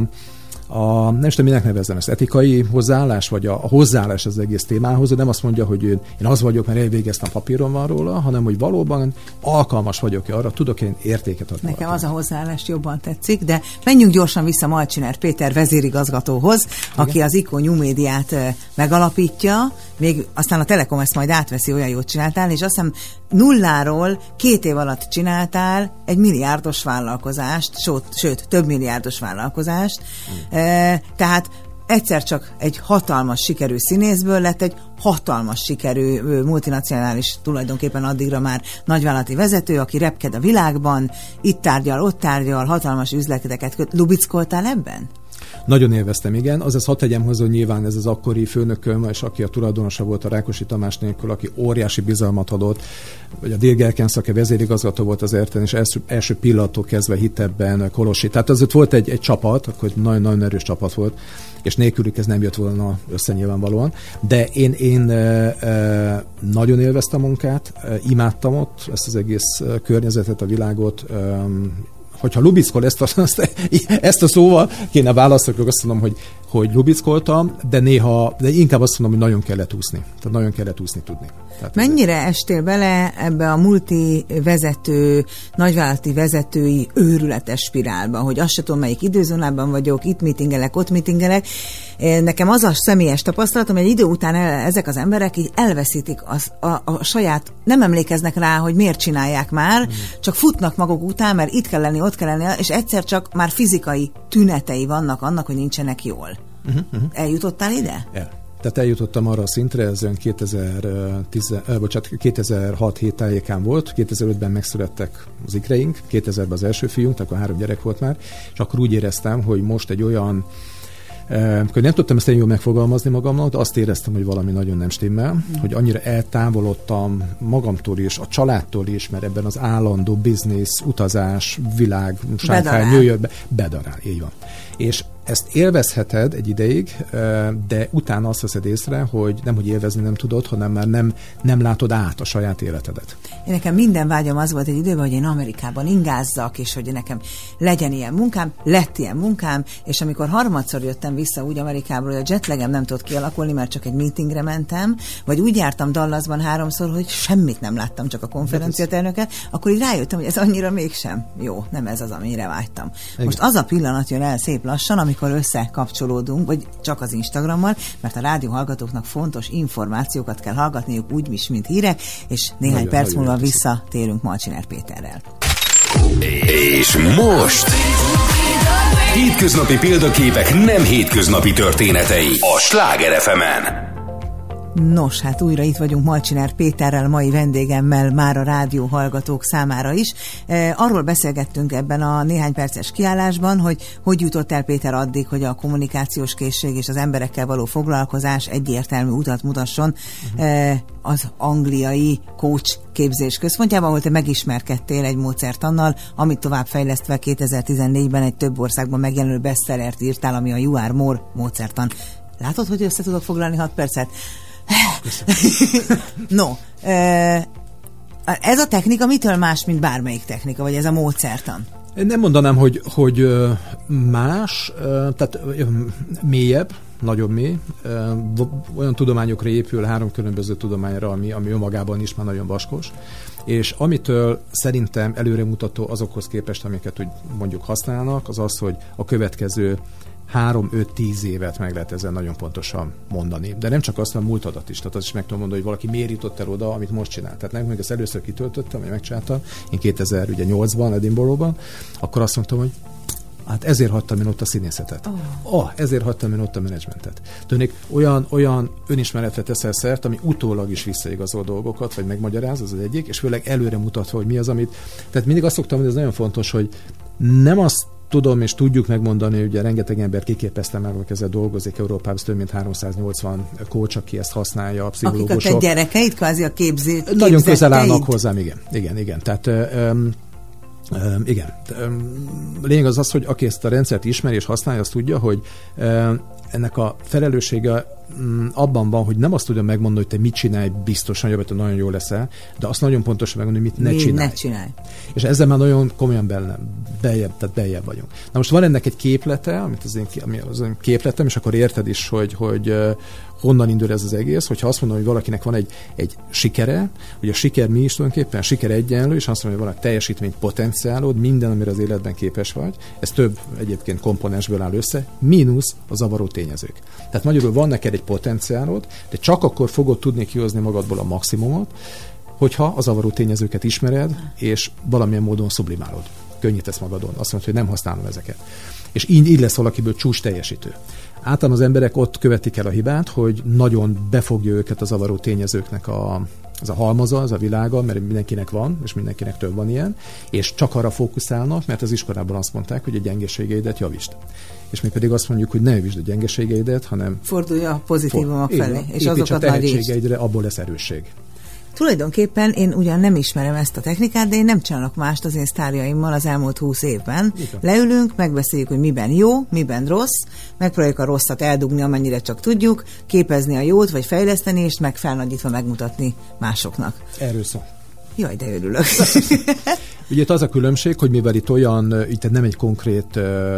A, nem is tudom, minek nevezzem ezt, etikai hozzáállás, vagy a, a hozzáállás az egész témához, de nem azt mondja, hogy én, én az vagyok, mert elvégeztem, papíron van róla, hanem hogy valóban alkalmas vagyok-e arra, tudok én értéket adni. Nekem valakinek. Az a hozzáállás jobban tetszik, de menjünk gyorsan vissza Malcsiner Péter vezérigazgatóhoz, igen. aki az Iko New Médiát megalapítja, még aztán a Telekom ezt majd átveszi, olyan jót csináltál, és azt hiszem nulláról két év alatt csináltál egy milliárdos vállalkozást, sőt, sőt több milliárdos vállalkozást, hmm. e, tehát egyszer csak egy hatalmas sikerű színészből lett egy hatalmas sikerű multinacionális, tulajdonképpen addigra már nagyvállalati vezető, aki repked a világban, itt tárgyal, ott tárgyal, hatalmas üzleteket köt. Lubickoltál ebben? Nagyon élveztem, igen. Azaz hadd tegyem hozzá, hogy nyilván ez az akkori főnököm, és aki a tulajdonosa volt a Rákosi Tamás nélkül, aki óriási bizalmat adott, vagy a Dirk Elkensz, aki vezérigazgató volt az Erten, és első, első pillanattól kezdve hitt ebben Kolosi. Tehát az ott volt egy, egy csapat, akkor nagyon-nagyon erős csapat volt, és nélkülük ez nem jött volna össze nyilvánvalóan. De én, én e, e, nagyon élveztem a munkát, e, imádtam ott ezt az egész környezetet, a világot, e, hogyha lubickol, ezt a, ezt a szóval kéne választani, akkor azt mondom, hogy, hogy lubickoltam, de néha, de inkább azt mondom, hogy nagyon kellett úszni. Tehát nagyon kellett úszni tudni. Tehát mennyire ezért... estél bele ebbe a multi vezető, nagyvállalati vezetői őrületes spirálba, hogy azt se tudom, melyik időzónában vagyok, itt meetingelek, ott meetingelek. Nekem az a személyes tapasztalatom, hogy egy idő után el, ezek az emberek így elveszítik az, a, a saját, nem emlékeznek rá, hogy miért csinálják már, hmm. csak futnak maguk után, mert itt kell lenni, ott kell lenni, és egyszer csak már fizikai tünetei vannak annak, hogy nincsenek jól. Uh-huh, uh-huh. Eljutottál ide? El. Tehát eljutottam arra a szintre, ez olyan kétezer-tíz, bocsánat, kétezer-hat hét tájékán volt, kétezer-ötben megszülettek az ikreink, kétezerben az első fiunk, akkor három gyerek volt már, és akkor úgy éreztem, hogy most egy olyan, hogy nem tudtam ezt én jól megfogalmazni magamnak, de azt éreztem, hogy valami nagyon nem stimmel, mm. hogy annyira eltávolodtam magamtól is, a családtól is, mert ebben az állandó biznisz, utazás, világ, Shanghai, New York, bedarál, így van. És ezt élvezheted egy ideig, de utána azt veszed észre, hogy nem, hogy élvezni nem tudod, hanem már nem, nem látod át a saját életedet. Én nekem minden vágyam az volt egy időben, hogy én Amerikában ingázzak, és hogy nekem legyen ilyen munkám, lett ilyen munkám, és amikor harmadszor jöttem vissza úgy Amerikából, hogy a jetlagem nem tudott kialakulni, mert csak egy meetingre mentem, vagy úgy jártam Dallasban háromszor, hogy semmit nem láttam, csak a konferenciatérnöket, akkor így rájöttem, hogy ez annyira mégsem jó, nem ez az, amire vágytam. Igen. Most az a pillanat jön el szép lassan, amikor összekapcsolódunk, vagy csak az Instagrammal, mert a rádióhallgatóknak fontos információkat kell hallgatniuk úgy is, mint hírek, és néhány nagyon, perc múlva visszatérünk Malcsiner Péterrel. És most hétköznapi példaképek nem hétköznapi történetei a Sláger ef emen. Nos, hát újra itt vagyunk Malcsiner Péterrel, mai vendégemmel, már a rádió hallgatók számára is. E, arról beszélgettünk ebben a néhány perces kiállásban, hogy hogy jutott el Péter addig, hogy a kommunikációs készség és az emberekkel való foglalkozás egyértelmű utat mutasson uh-huh. e, az angliai coach képzés központjában, ahol te megismerkedtél egy módszertannal, amit továbbfejlesztve kétezer-tizennégyben egy több országban megjelenő bestsellert írtál, ami a You Are More módszertan. Látod, hogy össze tudok foglalni hat percet? No, ez a technika mitől más, mint bármelyik technika, vagy ez a módszertan? Én nem mondanám, hogy, hogy más, tehát mélyebb, nagyon mély. Olyan tudományokra épül, három különböző tudományra, ami, ami önmagában is már nagyon vaskos. És amitől szerintem előremutató azokhoz képest, amiket úgy mondjuk használnak, az az, hogy a következő három, öt, tíz évet meg lehet ezzel nagyon pontosan mondani. De nem csak azt, hanem múlt adat is. Tehát azt is meg tudom mondani, hogy valaki miért jutott el oda, amit most csinál. Tehát nekem, ezt először kitöltöttem, vagy megcsináltam, én kétezer-nyolcban Edinburghban, akkor azt mondtam, hogy hát ezért hagytam én ott a színészetet. Oh. oh ezért hagytam én ott a menedzsmentet. Tűnik, olyan, olyan önismeretre teszel szert, ami utólag is visszaigazol dolgokat, vagy megmagyaráz, az az egyik, és főleg előre mutatva, hogy mi az, amit... Tehát mindig azt szoktam, hogy ez nagyon fontos, hogy nem azt tudom és tudjuk megmondani, hogy ugye rengeteg ember kiképeztem már, hogy ezzel dolgozik Európában, több mint háromszáznyolcvan coach, aki ezt használja, a pszichológusok. Akik a te gyerekeid, kvázi a képzé, nagyon közel állnak hozzám, igen. Igen, igen. Tehát um, um, igen. Um, lényeg az az, hogy aki ezt a rendszert ismeri és használja, azt tudja, hogy um, ennek a felelőssége um, abban van, hogy nem azt tudja megmondani, hogy te mit csinálj biztosan, hogy te nagyon jól leszel, de azt nagyon pontosan megmondani, hogy mit ne mi csinálj. Ne csinálj. És ezzel már nagyon komolyan benne, beljebb, tehát beljebb vagyunk. Na most van ennek egy képlete, amit az én, ami az én képletem, és akkor érted is, hogy, hogy uh, honnan indul ez az egész, hogyha azt mondom, hogy valakinek van egy, egy sikere, hogy a siker mi is tulajdonképpen, a siker egyenlő, és azt mondom, hogy van egy teljesítmény potenciálod, minden, amire az életben képes vagy, ez több egyébként komponensből áll össze, mínusz a zavaró tényezők. Tehát magyarul van neked egy potenciálod, de csak akkor fogod tudni kihozni magadból a maximumot, hogyha a zavaró tényezőket ismered, és valamilyen módon sublimálod. Könnyítesz magadon. Azt mondod, hogy nem használom ezeket. És így, így lesz valakiből csúcs teljesítő. Általában az emberek ott követik el a hibát, hogy nagyon befogja őket a zavaró tényezőknek a, az a halmaza, az a világa, mert mindenkinek van, és mindenkinek több van ilyen, és csak arra fókuszálnak, mert az iskolában azt mondták, hogy a gyengeségeidet javítsd. És mi pedig azt mondjuk, hogy ne javítsd a gyengeségeidet, hanem fordulja a pozitívumok for, felé, és azokat azokat a tehetségeidre, abból lesz erősség. Tulajdonképpen én ugyan nem ismerem ezt a technikát, de én nem csinálok mást az én sztárjaimmal az elmúlt húsz évben. Igen. Leülünk, megbeszéljük, hogy miben jó, miben rossz, megpróbáljuk a rosszat eldugni, amennyire csak tudjuk, képezni a jót, vagy fejleszteni, és meg felnagyítva megmutatni másoknak. Erről szó. Jaj, de örülök. Ugye itt az a különbség, hogy mivel itt olyan, itt nem egy konkrét,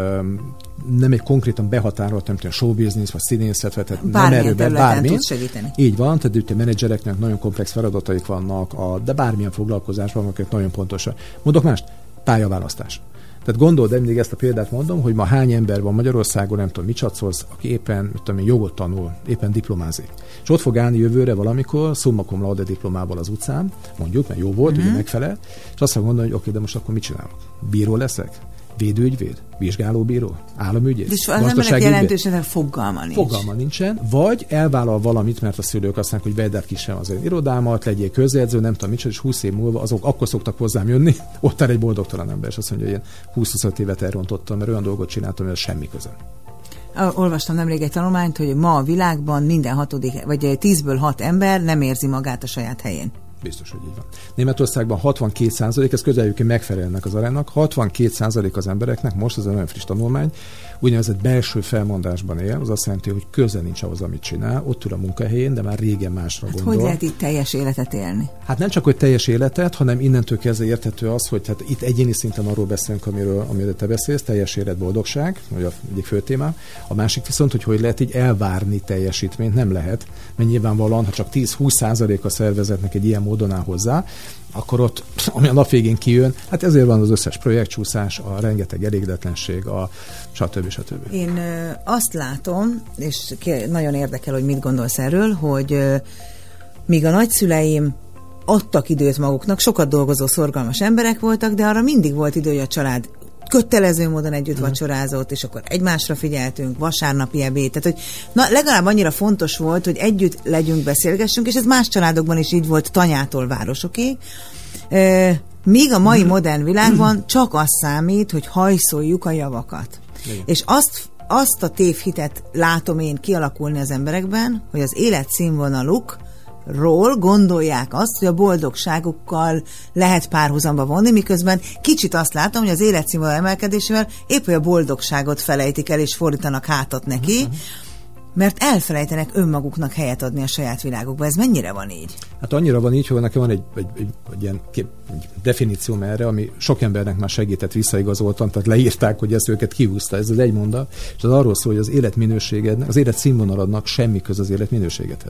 nem egy konkrétan behatárolt, nem tudom, showbusiness, vagy színészet, vagy tehát nem erőben, bármi. Tud segíteni. Így van, tehát itt a menedzsereknek nagyon komplex feladataik vannak, a, de bármilyen foglalkozásban, amiket nagyon pontosan. Mondok mást? Pályaválasztás. Tehát gondold, de mindig ezt a példát mondom, hogy ma hány ember van Magyarországon, nem tudom, mit csatszolsz, aki éppen, mit tudom, jogot tanul, éppen diplomázik. És ott fog állni jövőre valamikor, summa cum laude diplomával az utcán, mondjuk, mert jó volt, mm-hmm. ugye megfelelt, és azt fog mondani, hogy oké, de most akkor mit csinálok? Bíró leszek? Védőügyvéd? Vizsgálóbíró? Államügyész? És az emberek jelentősen fogalma nincs. Fogalma nincsen. Vagy elvállal valamit, mert a szülők azt mondják, hogy vedd át kisem az én irodámat, legyél közjegyző, nem tudom mit, és húsz év múlva azok akkor szoktak hozzám jönni, ott áll egy boldogtalan ember, és azt mondja, hogy én húsz-huszonöt évet elrontottam, mert olyan dolgot csináltam, hogy semmi közöm. Olvastam nemrég egy tanulmányt, hogy ma a világban minden hatodik, vagy tízből hat ember nem érzi magát a saját helyén. Biztos, hogy így van. Németországban hatvankét százalék, ez közeljük, hogy megfelelnek az aránynak, hatvankét százalék az embereknek, most ez egy nagyon friss tanulmány, úgynevezett belső felmondásban él, az azt jelenti, hogy köze nincs ahhoz, amit csinál, ott ül a munkahelyén, de már régen másra hát gondol. Hogy lehet itt teljes életet élni? Hát nem csak, hogy teljes életet, hanem innentől kezdve érthető az, hogy hát itt egyéni szinten arról beszélünk, amiről, amiről te beszélsz, teljes élet, boldogság, vagy a egyik fő témám. A másik viszont, hogy hogy lehet így elvárni teljesítményt, nem lehet, mert nyilvánvalóan, ha csak tíz-húsz százalék a szervezetnek egy ilyen módon áll hozzá, akkor ott, ami a nap végén kijön, hát ezért van az összes projektcsúszás, a rengeteg elégedetlenség, a stb. stb. Én ö, azt látom, és nagyon érdekel, hogy mit gondolsz erről, hogy ö, míg a nagyszüleim adtak időt maguknak, sokat dolgozó, szorgalmas emberek voltak, de arra mindig volt idő, hogy a család kötelező módon együtt vacsorázott, és akkor egymásra figyeltünk, vasárnapi ebéd, tehát hogy na, legalább annyira fontos volt, hogy együtt legyünk, beszélgessünk, és ez más családokban is így volt, tanyától városokig. E, míg a mai modern világban csak az számít, hogy hajszoljuk a javakat. Igen. És azt, azt a tévhitet látom én kialakulni az emberekben, hogy az életszínvonaluk ról gondolják azt, hogy a boldogságukkal lehet párhuzamba vonni, miközben kicsit azt látom, hogy az életszínvonal emelkedésével épp hogy a boldogságot felejtik el, és fordítanak hátat neki, uh-huh. Mert elfelejtenek önmaguknak helyet adni a saját világukba. Ez mennyire van így? Hát annyira van így, hogy nekem van egy, egy, egy, egy ilyen kép, egy definícióm erre, ami sok embernek már segített, visszaigazoltam, tehát leírták, hogy ezt őket kihúzta, ez az egy mondat, és az arról szól, hogy az életminőségednek, az életszínvonaladnak semmi köz az életminőséged.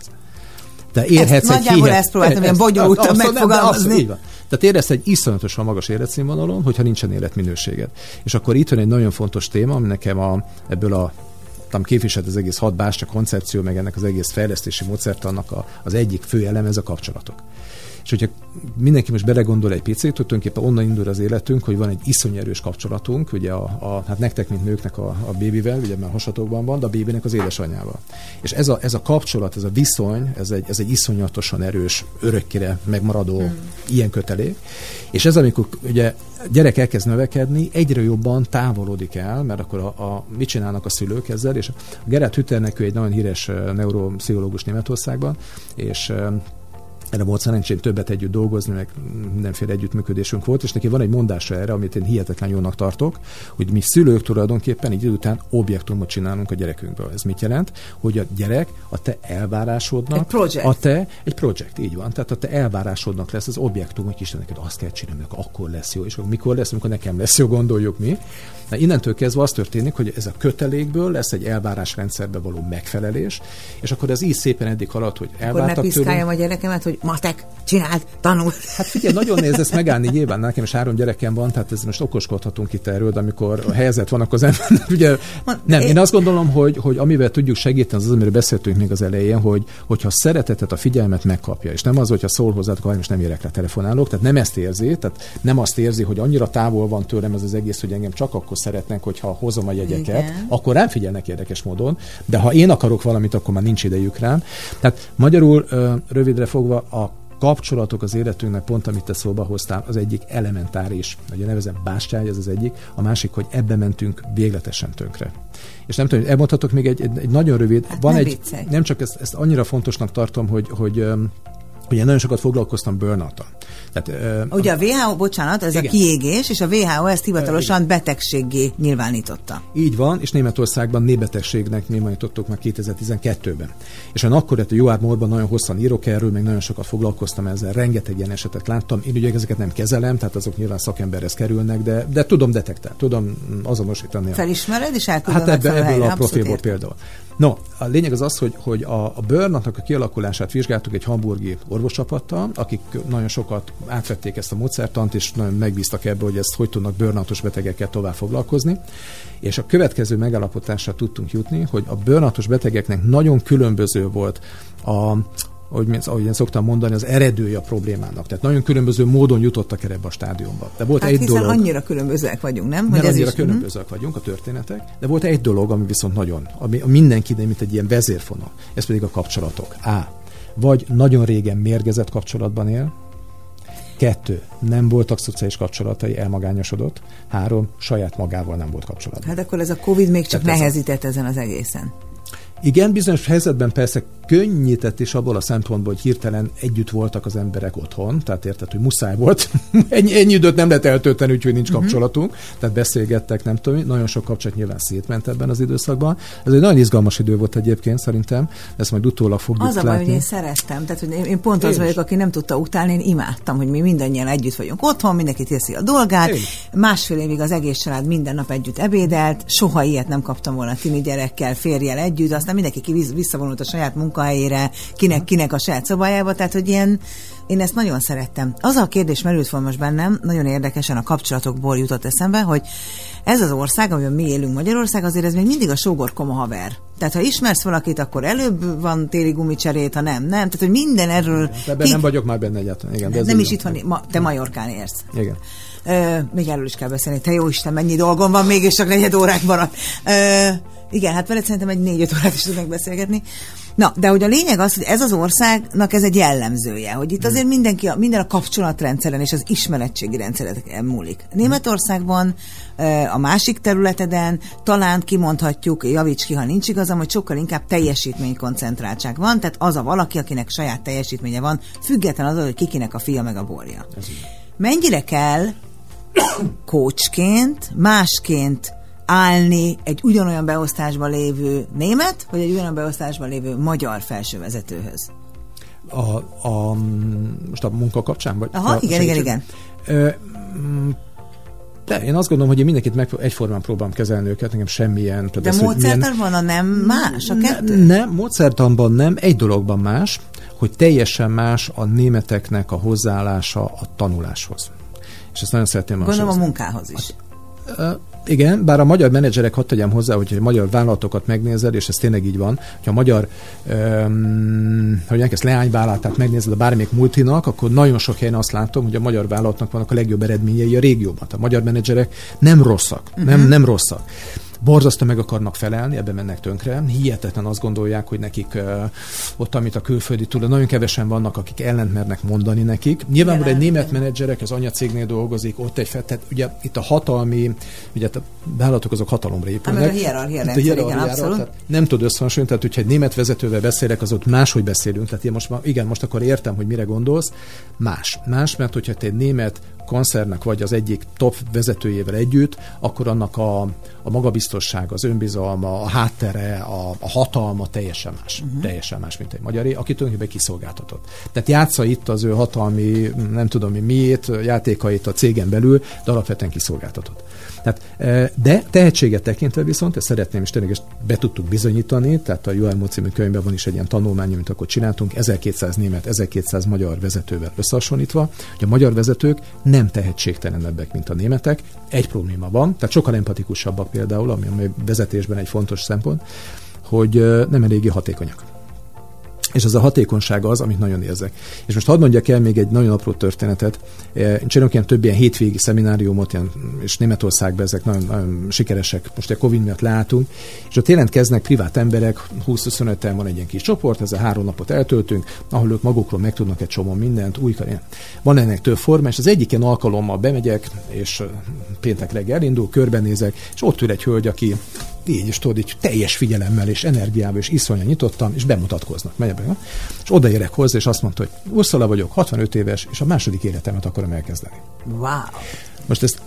Te érhetsz egy nagyjából ezt próbáltam ilyen bonyolultan megfogalmazni. Így van. Tehát érezsz egy iszonyatosan magas életszínvonalon, hogyha nincsen életminőséged. És akkor itt van egy nagyon fontos téma, ami nekem a, ebből a képviselt az egész hat bástya koncepció, meg ennek az egész fejlesztési módszertannak a, az egyik fő elem, ez a kapcsolatok. És hogyha mindenki most belegondol egy picit, hogy tulajdonképpen onnan indul az életünk, hogy van egy iszonyú erős kapcsolatunk, ugye a, a, hát nektek, mint nőknek a, a bébivel, ugye már hasatokban van, de a bébinek az édesanyjával. És ez a, ez a kapcsolat, ez a viszony, ez egy, ez egy iszonyatosan erős, örökkére megmaradó hmm. ilyen kötelék. És ez, amikor ugye gyerek elkezd növekedni, egyre jobban távolodik el, mert akkor a, a, mit csinálnak a szülők ezzel, és a Gerhard Hütternek, ő egy nagyon híres neuropszichológus Németországban, és erre volt szerencsém többet együtt dolgozni, meg mindenféle együttműködésünk volt, és neki van egy mondása erre, amit én hihetetlen jónak tartok, hogy mi szülők tulajdonképpen így után objektumot csinálunk a gyerekünkből. Ez mit jelent? Hogy a gyerek a te elvárásodnak... Egy projekt. A te, egy projekt, így van. Tehát a te elvárásodnak lesz az objektum, hogy Isten neked azt kell csinálni, akkor lesz jó, és mikor lesz, amikor nekem lesz jó, gondoljuk mi. Na, innentől kezdve az történik, hogy ez a kötelékből lesz egy elvárásrendszerbe való megfelelés, és akkor ez így szépen eddig haladt, hogy elvártak tőlünk. Akkor ne piszkáljam a gyerekemet, hogy matek, csináld, tanul. Hát figyelj, nagyon néz ezt megállni, nyilván nekem is három gyerekem van, tehát ez most okoskodhatunk itt erről, de amikor a helyzet van, akkor az ember, ugye, nem, én azt gondolom, hogy, hogy amivel tudjuk segíteni, az az, amiről beszéltünk még az elején, hogy, hogyha szeretetet, a figyelmet megkapja, és nem az, hogyha szól hozzá, akkor most nem érek rá, telefonálok, tehát nem ezt érzi, tehát nem azt érzi, hogy annyira távol van tőlem ez az egész, hogy engem csak akkor szeretnek, hogyha hozom a jegyeket, igen, akkor rám figyelnek érdekes módon, de ha én akarok valamit, akkor már nincs idejük rám. Tehát magyarul rövidre fogva a kapcsolatok az életünknek, pont amit te szóba hoztál, az egyik elementáris, ugye nevezem bástyáj, ez az egyik, a másik, hogy ebbe mentünk végletesen tönkre. És nem tudom, hogy elmondhatok még egy, egy, egy nagyon rövid, hát van nem egy, viccelj. nem csak ezt, ezt annyira fontosnak tartom, hogy, hogy ugye nagyon sokat foglalkoztam burnout-tal. Tehát, ugye a vé há o, bocsánat, ez igen, a kiégés, és a vé há o ezt hivatalosan igen, betegséggé nyilvánította. Így van, és Németországban népbetegségnek nyilvánítottuk már kétezer-tizenkettőben. És én akkor a Joab Morban nagyon hosszan írok erről, még nagyon sokat foglalkoztam ezzel, rengeteg ilyen esetet láttam. Én ugye ezeket nem kezelem, tehát azok nyilván szakemberhez kerülnek, de, de tudom detektálni, tudom azonosítani. Felismered, és el tudod hát ebbe, ebből a profilból például. No, a lényeg az az, hogy, hogy a, a burnoutnak a kialakulását vizsgáltuk egy hamburgi orvoscsapattal, akik nagyon sokat átvették ezt a módszertant, és nagyon megbíztak ebbe, hogy ezt hogy tudnak burnoutos betegekkel tovább foglalkozni. És a következő megállapodásra tudtunk jutni, hogy a burnoutos betegeknek nagyon különböző volt a Ahogy, ahogy én szoktam mondani, az eredője a problémának. Tehát nagyon különböző módon jutottak el ebbe a stádiumba. De volt hát egy hiszen dolog. Annyira különbözőek vagyunk, nem? Hogy nem annyira is... különbözőek vagyunk a történetek, de volt egy dolog, ami viszont nagyon, ami mindenkinek, mint egy ilyen vezérfonal. Ez pedig a kapcsolatok. A. Vagy nagyon régen mérgezett kapcsolatban él. Kettő. Nem voltak szociális kapcsolatai, elmagányosodott. Három. Saját magával nem volt kapcsolatban. Hát akkor ez a Covid még csak Tehát nehezített ez a... ezen az egészen. Igen, bizonyos helyzetben persze könnyített is abból a szempontból, hogy hirtelen együtt voltak az emberek otthon, tehát érted, hogy muszáj volt. ennyi, ennyi időt nem lehet eltölteni, úgyhogy nincs uh-huh. kapcsolatunk, tehát beszélgettek, nem tudom, nagyon sok kapcsolat nyilván szétment ebben az időszakban. Ez egy nagyon izgalmas idő volt egyébként szerintem, ezt majd utólag fogjuk az látni. Az a baj, hogy én szerettem, tehát hogy én pont én az is. vagyok, aki nem tudta utálni, én imádtam, hogy mi mindannyian együtt vagyunk otthon, mindenki teszi a dolgát, én. másfél évig az egész család minden nap együtt ebédelt, soha ilyet nem kaptam volna tini gyerekkel, férjel együtt, aztán mindenki visszavonult a saját munkahelyére, kinek, kinek a saját szobájába, tehát hogy ilyen, én ezt nagyon szerettem. Az a kérdés merült fel most bennem, nagyon érdekesen a kapcsolatokból jutott eszembe, hogy ez az ország, amiben mi élünk, Magyarország, azért ez még mindig a sógorkoma haver. Tehát ha ismersz valakit, akkor előbb van téli gumicserét, ha nem, nem. Tehát, hogy minden erről... Ebben ki... nem vagyok már benne egyáltalán. Igen, nem, nem is itt van, ma, te Majorkán érsz. Igen. Ö, még erről is kell beszélni. Te jó Isten, mennyi dolgom van, még és csak negyed órák maradt. Ö, igen, hát veled szerintem egy négy-öt órát is tudnak beszélgetni. Na, de hogy a lényeg az, hogy ez az országnak ez egy jellemzője, hogy itt azért mindenki, minden a kapcsolatrendszeren és az ismeretségi rendszereken múlik. Németországban, a másik területeden talán kimondhatjuk, javíts ki, ha nincs igazam, hogy sokkal inkább teljesítménykoncentráltság van, tehát az a valaki, akinek saját teljesítménye van, független azon, hogy kikinek a fia meg a borja. Mennyire kell coachként, másként állni egy ugyanolyan beosztásban lévő német, vagy egy ugyanolyan beosztásban lévő magyar felsővezetőhöz? A, a, most a munka kapcsán? Vagy Aha, a, igen, igen, igen. Ö, de én azt gondolom, hogy én mindenkit meg, egyformán próbálom kezelni őket, nekem semmilyen... De módszertanban milyen... a nem más a kettő? Nem, nem, módszertanban nem, egy dologban más, hogy teljesen más a németeknek a hozzáállása a tanuláshoz. És ezt nagyon szeretném más. Gondolom a munkához is. A, a, igen, bár a magyar menedzserek, hadd tegyem hozzá, hogy a magyar vállalatokat megnézed, és ez tényleg így van, hogy a magyar um, hogy ezt leányvállalatát megnézed a bármelyik multinak, akkor nagyon sok helyen azt látom, hogy a magyar vállalatnak vannak a legjobb eredményei a régióban. A magyar menedzserek nem rosszak, uh-huh. nem, nem rosszak. Borzasztó meg akarnak felelni, ebben mennek tönkre. Hihetetlen azt gondolják, hogy nekik uh, ott, amit a külföldi túl, nagyon kevesen vannak, akik ellent mernek mondani nekik. Nyilvánvalóan egy német menedzserek, az anyacégnél dolgozik, ott egy fett, ugye itt a hatalmi, ugye a vállalatok azok hatalomra épülnek. A hierarchia rendszer, igen, abszolút. Nem tud összehasonlítani, tehát hogyha egy német vezetővel beszélek, az ott máshogy beszélünk. Tehát én most, igen, most akkor értem, hogy mire gondolsz. Más. Más, mert hogyha te egy német koncernek vagy az egyik top vezetőjével együtt, akkor annak a, a magabiztosság, az önbizalma, a háttere, a, a hatalma teljesen más. Uh-huh. Teljesen más, mint egy magyaré, aki tulajdonképpen kiszolgáltatott. Tehát játsza itt az ő hatalmi, nem tudom mi miét, játékait a cégen belül, de alapvetően kiszolgáltatott. Tehát, de tehetséget tekintve viszont, ezt szeretném is tényleg, és be tudtuk bizonyítani, tehát a Joelmo című könyvben van is egy ilyen tanulmány, amit akkor csináltunk, ezerkétszáz német, ezerkétszáz magyar vezetővel összehasonlítva, hogy a magyar vezetők nem tehetségtelenebbek, mint a németek. Egy probléma van, tehát sokkal empatikusabbak például, ami a vezetésben egy fontos szempont, hogy nem eléggé hatékonyak. És az a hatékonyság az, amit nagyon érzek. És most hadd mondjak el még egy nagyon apró történetet. Én csinálok ilyen több ilyen hétvégi szemináriumot, ilyen, és Németországban ezek nagyon, nagyon sikeresek. Most a Covid miatt látunk, és ott jelentkeznek privát emberek, húsz-huszonöten van egy ilyen kis csoport, ezzel három napot eltöltünk, ahol ők magukról megtudnak egy csomó mindent, új karrier. Van ennek több forma, és az egyik ilyen alkalommal bemegyek, és péntek reggel elindul, körbenézek, és ott ül egy hölgy, aki így is tudod, így teljes figyelemmel és energiával és iszonyan nyitottan, és bemutatkoznak. Megy be, és odaérek hozzá, és azt mondta, hogy Ursula vagyok, hatvanöt éves, és a második életemet akarom elkezdeni. Wow! Most ezt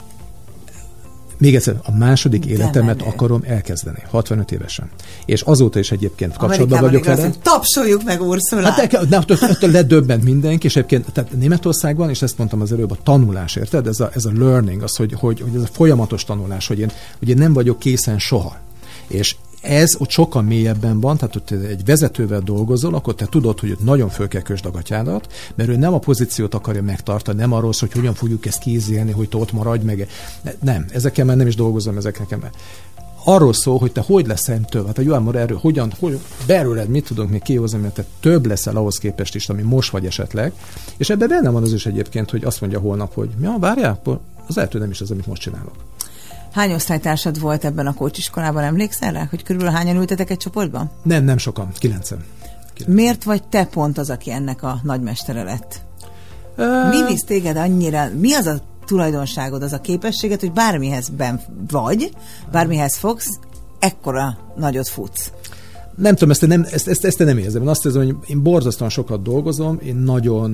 még egyszer, a második de életemet menő. akarom elkezdeni, hatvanöt évesen. És azóta is egyébként kapcsolatban vagyok vele. Azt, tapsoljuk meg Ursulát! Hát ledöbbent mindenki, és egyébként tehát Németországban, és ezt mondtam az előbb, a tanulás, érted? Ez a, ez a learning, az, hogy, hogy, hogy ez a folyamatos tanulás, hogy én, hogy én nem vagyok készen soha. És ez ott sokkal mélyebben van, tehát ott egy vezetővel dolgozol, akkor te tudod, hogy ott nagyon föl kell kösd a gatyádat, mert ő nem a pozíciót akarja megtartani, nem arról szól, hogy hogyan fogjuk ezt kézélni, hogy te ott maradj meg. Nem, ezekkel már nem is dolgozom, ezek nekem. Arról szól, hogy te hogy leszel több. Hát a Joelmo erről, hogyan, hogy belőled mit tudunk még kihozni, mert te több leszel ahhoz képest is, ami most vagy esetleg. És ebben benne van az is egyébként, hogy azt mondja holnap, hogy ja, várjál, az lehet, hogy nem is az, amit most csinálok. Hány osztálytársad volt ebben a coachiskolában, emlékszel rá, hogy körülbelül hányan ültetek egy csoportban? Nem, nem sokan, kilencen. Miért vagy te pont az, aki ennek a nagymestere lett? Uh... Mi visz téged annyira, mi az a tulajdonságod, az a képességed, hogy bármihez ben vagy, bármihez fogsz, ekkora nagyot futsz? Nem tudom, ezt, nem, ezt, ezt, ezt nem érzem. Én azt érzem, hogy én borzasztóan sokat dolgozom, én nagyon,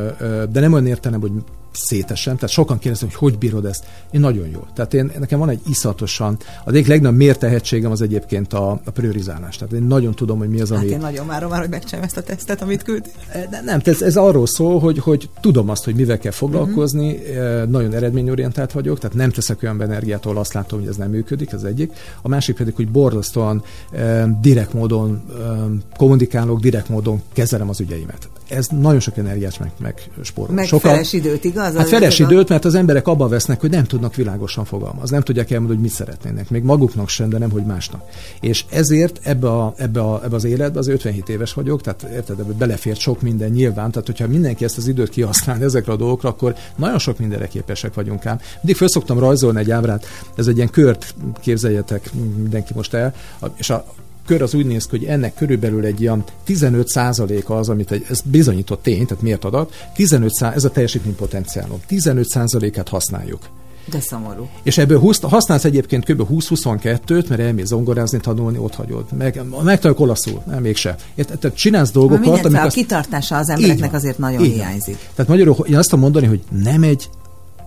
de nem olyan értelem, hogy szétesem, tehát sokan kérdezem, hogy hogy bírod ezt. Én nagyon jól. Tehát én, nekem van egy iszatosan, az egyik legnagyobb miért tehetségem az egyébként a, a priorizálás. Tehát én nagyon tudom, hogy mi az, ami... Hát én nagyon várom már, hogy megcsinálom ezt a tesztet, amit küldtél. De nem, ez, ez arról szól, hogy, hogy tudom azt, hogy mivel kell foglalkozni, uh-huh. Nagyon eredményorientált vagyok, tehát nem teszek olyan energiát, ahol azt látom, hogy ez nem működik, az egyik. A másik pedig, hogy borzasztóan eh, direkt módon eh, kommunikálok, direkt módon kezelem az ügyeimet. Ez nagyon sok energiát meg, meg spórol. Meg Sokan, feles időt, igaz? Hát feles időt, mert az emberek abban vesznek, hogy nem tudnak világosan fogalmazni. Nem tudják elmondani, hogy mit szeretnének. Még maguknak sem, de nem, hogy másnak. És ezért ebbe, a, ebbe, a, ebbe az életbe, az ötvenhét éves vagyok, tehát érted, ebbe belefért sok minden nyilván, tehát hogyha mindenki ezt az időt kihasználni ezekre a dolgokra, akkor nagyon sok mindenre képesek vagyunk ám. Mindig föl szoktam rajzolni egy ábrát, ez egy ilyen kört, képzeljetek mindenki most el, és a kör az úgy néz ki, hogy ennek körülbelül egy ilyen tizenöt százaléka az, amit egy, ez bizonyított tény, tehát miért adat, tizenöt százalék, ez a teljesítménypotenciálom, tizenöt százalékát használjuk. De szomorú. És ebből húsz, használsz egyébként kb. húsz-huszonkettőt, mert elmész zongorázni, tanulni, ott hagyod. Meg, megtanuljuk olaszul, nem mégse. Tehát csinálsz dolgokat, amik... A kitartása az embereknek azért nagyon hiányzik. Tehát magyarul én azt tudom mondani, hogy nem egy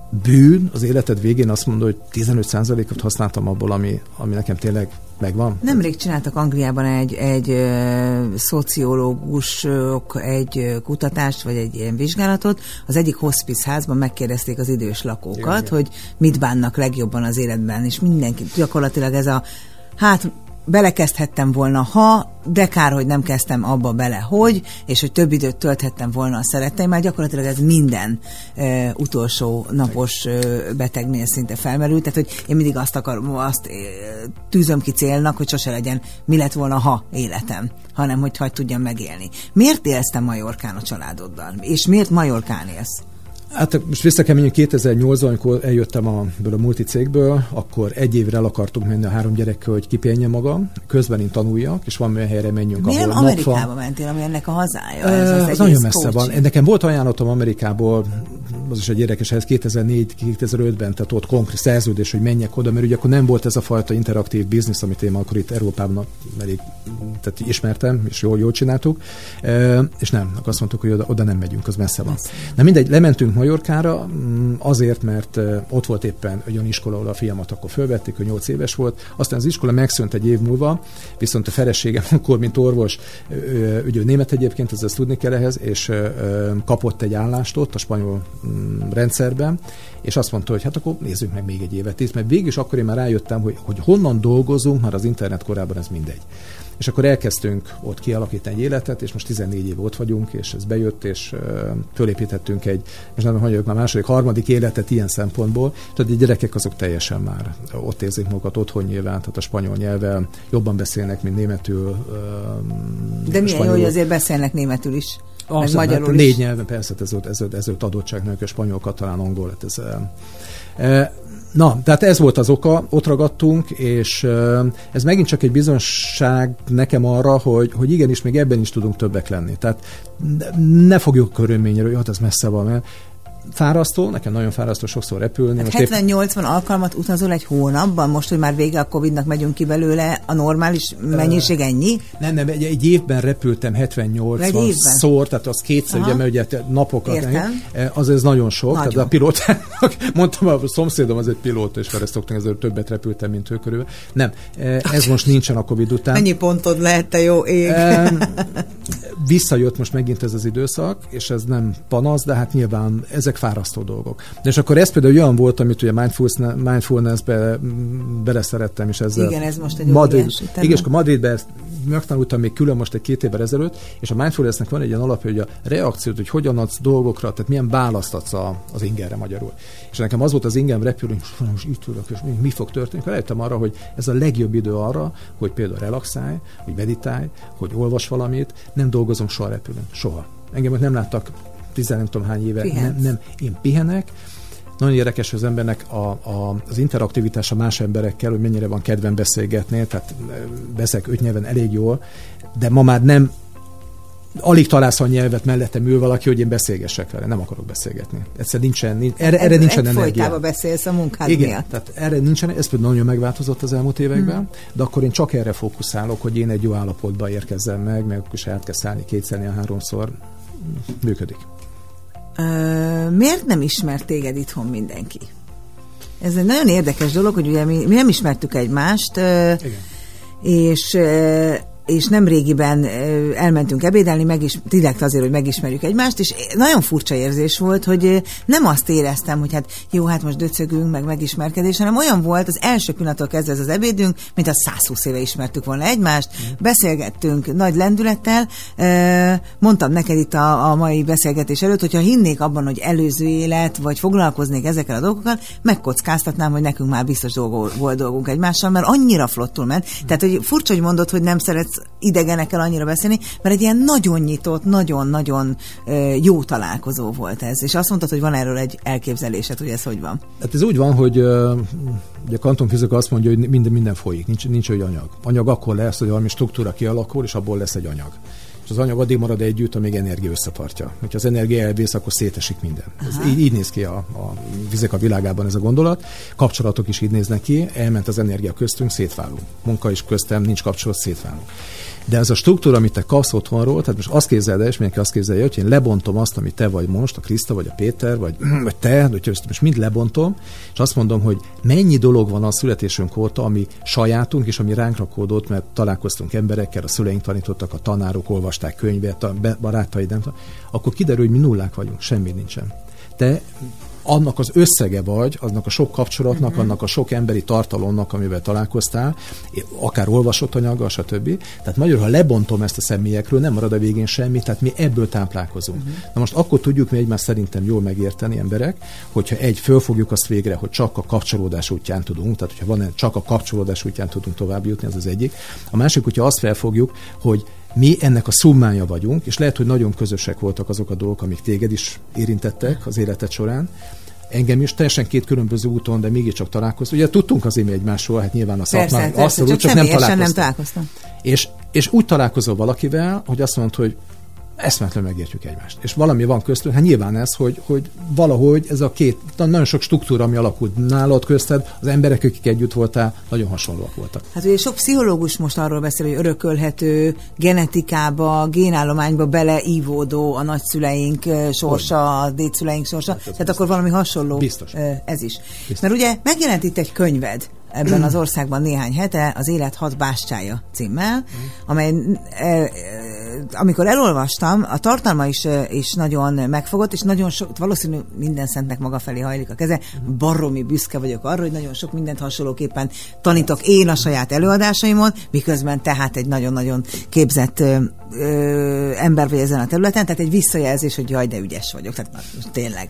bűn az életed végén azt mondod, hogy tizenöt százalékot használtam abból, ami, ami nekem tényleg megvan. Nemrég csináltak Angliában egy, egy ö, szociológusok egy ö, kutatást, vagy egy ilyen vizsgálatot. Az egyik hospice házban megkérdezték az idős lakókat, igen, hogy mit bánnak legjobban az életben, és mindenki, gyakorlatilag ez a, hát belekezdhettem volna, ha, de kár, hogy nem kezdtem abba bele, hogy, és hogy több időt tölthettem volna a szeretteimmel. Gyakorlatilag ez minden e, utolsó napos e, betegnél szinte felmerült, tehát hogy én mindig azt akarom, azt e, tűzöm ki célnak, hogy sose legyen mi lett volna, ha életem, hanem hogy hagy tudjam megélni. Miért élsz te Majorkán a családoddal? És miért Majorkán élsz? Hát most vissza kell menjünk kétezer-nyolcban, amikor eljöttem a, a multicégből, akkor egy évre el akartunk menni a három gyerekkel, hogy kipénje magam, közben én tanuljak, és van olyan helyre menjünk, miért ahol Amerikába napfa... mentél, ami ennek a hazája? Ez, ez az, az nagyon messze coaching. Van. Nekem volt ajánlatom Amerikából, az is egy érdekes, ez kétezer-négy-kétezer-ötben, tehát ott konkrét szerződés, hogy menjek oda, mert ugye akkor nem volt ez a fajta interaktív biznisz, amit én akkor itt Európában elég tehát ismertem, és jól, jól csináltuk, e, és nem, akkor azt mondtuk, hogy oda, oda nem megyünk, az messze van. Messze. Na mindegy, lementünk Majorkára, azért, mert ott volt éppen egy olyan iskola, ahol a fiamat akkor fölvették, hogy nyolc éves volt, aztán az iskola megszűnt egy év múlva, viszont a feleségem akkor, mint orvos, ugye német egyébként, ezt tudni kell ehhez, és kapott egy állást ott a spanyol rendszerben, és azt mondta, hogy hát akkor nézzük meg még egy évet is, mert végig is akkor én már rájöttem, hogy, hogy honnan dolgozunk, már az internet korában ez mindegy. És akkor elkezdtünk ott kialakítani egy életet, és most tizennégy év ott vagyunk, és ez bejött, és uh, fölépítettünk egy, most nem mondjuk már második, harmadik életet ilyen szempontból, tehát a gyerekek azok teljesen már ott érzik magukat otthon nyilván, tehát a spanyol nyelvvel jobban beszélnek, mint németül. Uh, De milyen jó, hogy azért beszélnek németül is, meg az, magyarul hát, is. Négy nyelven, persze, ez volt, ez, ez volt adottságnak, a spanyol, katalán, angol. Hát ez, uh, Na, tehát ez volt az oka, ott ragadtunk, és ez megint csak egy bizonság nekem arra, hogy, hogy igenis, még ebben is tudunk többek lenni. Tehát ne fogjuk körülményre, hogy hát ez messze van, mert fárasztó, nekem nagyon fárasztó sokszor repülni. Hát hetven-nyolcvan épp... alkalmat utazol egy hónapban, most, hogy már vége a Covidnak megyünk ki belőle, a normális mennyiség ennyi? Nem, nem, egy, egy évben repültem hetven-nyolcvan szor, tehát az kétszer, ugye, mert ugye napokat. Értem. Az ez nagyon sok, nagyon. Tehát a pilótának, mondtam, a szomszédom az egy pilóta, és vele szoktunk, ezért többet repültem, mint ő körül. Nem, ez most nincsen a Covid után. Mennyi pontod lehet, te jó ég? Visszajött most megint ez az időszak, és ez nem panasz, de hát nyilván ezek fárasztó dolgok. De és akkor ez például olyan volt, amit ugye mindfulness-be beleszerettem, és ezzel... Igen, ez most egy Madrid, óriási. Igen, és akkor Madridben megtanultam még külön most egy két évvel ezelőtt, és a mindfulnessnek van egy ilyen alapja, hogy a reakciót, hogy hogyan adsz dolgokra, tehát milyen választ adsz a, az ingerre magyarul. És nekem az volt az ingem repülő, hogy most itt ülök, és mi, mi fog történni. Rájöttem arra, hogy ez a legjobb idő arra, hogy például relaxálj, hogy meditálj, hogy olvas valamit, nem dolgozom soha repülőn. Soha. Engem nem láttak tizen nem tudom hány éve. Nem, nem, én pihenek. Nagyon érdekes az embernek a, a, az interaktivitása más emberekkel, hogy mennyire van kedven beszélgetni, tehát beszélek öt nyelven elég jól, de ma már nem alig találsz a nyelvet mellettem ül valaki, hogy én beszélgessek vele. Nem akarok beszélgetni. Egyszerűen nincsen, nincs, erre, erre nincsen energia. Folytában beszélsz a munkád Igen, miatt. tehát erre nincsen, ez például nagyon megváltozott az elmúlt években, hmm. de akkor én csak erre fókuszálok, hogy én egy jó állapotba érkezzem meg, meg akkor is át kell szállni kétszer, háromszor. Működik. Uh, miért nem ismert téged itthon mindenki? Ez egy nagyon érdekes dolog, hogy ugye mi, mi nem ismertük egymást, uh, és uh, és nem régiben elmentünk ebédelni, megis, direkt azért, hogy megismerjük egymást, és nagyon furcsa érzés volt, hogy nem azt éreztem, hogy hát jó, hát most döcögünk, meg megismerkedés, hanem olyan volt az első pillanattól kezdve ez az ebédünk, mint a százhúsz éve ismertük volna egymást, mm. beszélgettünk nagy lendülettel, mondtam neked itt a, a mai beszélgetés előtt, hogyha hinnék abban, hogy előző élet, vagy foglalkoznék ezekkel a dolgokkal, megkockáztatnám, hogy nekünk már biztos dolgol, volt dolgunk egymással, mert annyira flottul ment. Mm. Tehát, hogy furcsa, hogy mondod, hogy nem szeretsz idegenekkel annyira beszélni, mert egy ilyen nagyon nyitott, nagyon-nagyon jó találkozó volt ez. És azt mondtad, hogy van erről egy elképzelésed, hogy ez hogy van? Hát ez úgy van, hogy ugye a kvantumfizika azt mondja, hogy minden, minden folyik, nincs, nincs olyan anyag. Anyag akkor lesz, hogy valami struktúra kialakul, és abból lesz egy anyag. Az anyag addig marad együtt, amíg energia összetartja. Ha az energia elvész, akkor szétesik minden. Ez így, így néz ki a, a vizek a világában ez a gondolat. Kapcsolatok is így néznek ki, elment az energia köztünk, szétválunk. Munka is köztem, nincs kapcsolat, szétválunk. De ez a struktúra, amit te kapsz otthonról, tehát most azt képzeld el, és mindenki azt képzelje, hogy én lebontom azt, amit te vagy most, a Kriszta, vagy a Péter, vagy, vagy te, hogy ezt most mind lebontom, és azt mondom, hogy mennyi dolog van a születésünk óta, ami sajátunk, és ami ránk rakódott, mert találkoztunk emberekkel, a szüleink tanítottak, a tanárok olvasták könyvet, a barátaid, nem tudom, akkor kiderül, hogy mi nullák vagyunk, semmi nincsen. Te annak az összege vagy, annak a sok kapcsolatnak, uh-huh. annak a sok emberi tartalomnak, amivel találkoztál, akár olvasott anyaggal, stb. Tehát magyarul, ha lebontom ezt a személyekről, nem marad a végén semmi, tehát mi ebből táplálkozunk. Uh-huh. Na most akkor tudjuk mi egymást szerintem jól megérteni, emberek, hogyha egy, fölfogjuk azt végre, hogy csak a kapcsolódás útján tudunk, tehát hogyha van csak a kapcsolódás útján tudunk tovább jutni, az az egyik. A másik, hogyha azt felfogjuk, hogy mi ennek a szummája vagyunk, és lehet, hogy nagyon közösek voltak azok a dolgok, amik téged is érintettek az életed során. Engem is teljesen két különböző úton, de mégiscsak találkoztunk. Ugye tudtunk azért egymásról, hát nyilván a szakmán, abszolút, csak, csak nem találkoztam. nem találkoztam. És, és úgy találkozol valakivel, hogy azt mondod, hogy eszméletlenül megértjük egymást. És valami van köztünk, hát nyilván ez, hogy, hogy valahogy ez a két, nagyon sok struktúra, ami alakult nálad közted, az emberek, akik együtt voltál, nagyon hasonlóak voltak. Hát ugye sok pszichológus most arról beszél, hogy örökölhető, genetikába, génállományba beleívódó a nagyszüleink sorsa, a dédszüleink sorsa, hát tehát biztos. Akkor valami hasonló biztos. Ez is. Biztos. Mert ugye megjelent itt egy könyved, ebben az országban néhány hete, az Élet hat bástyája címmel, amely e, amikor elolvastam, a tartalma is, is nagyon megfogott, és nagyon sok, valószínű minden szentnek maga felé hajlik a keze, baromi büszke vagyok arra, hogy nagyon sok mindent hasonlóképpen tanítok én a saját előadásaimon, miközben tehát egy nagyon-nagyon képzett ö, ö, ember vagy ezen a területen, tehát egy visszajelzés, hogy jaj, de ügyes vagyok, tehát na, tényleg.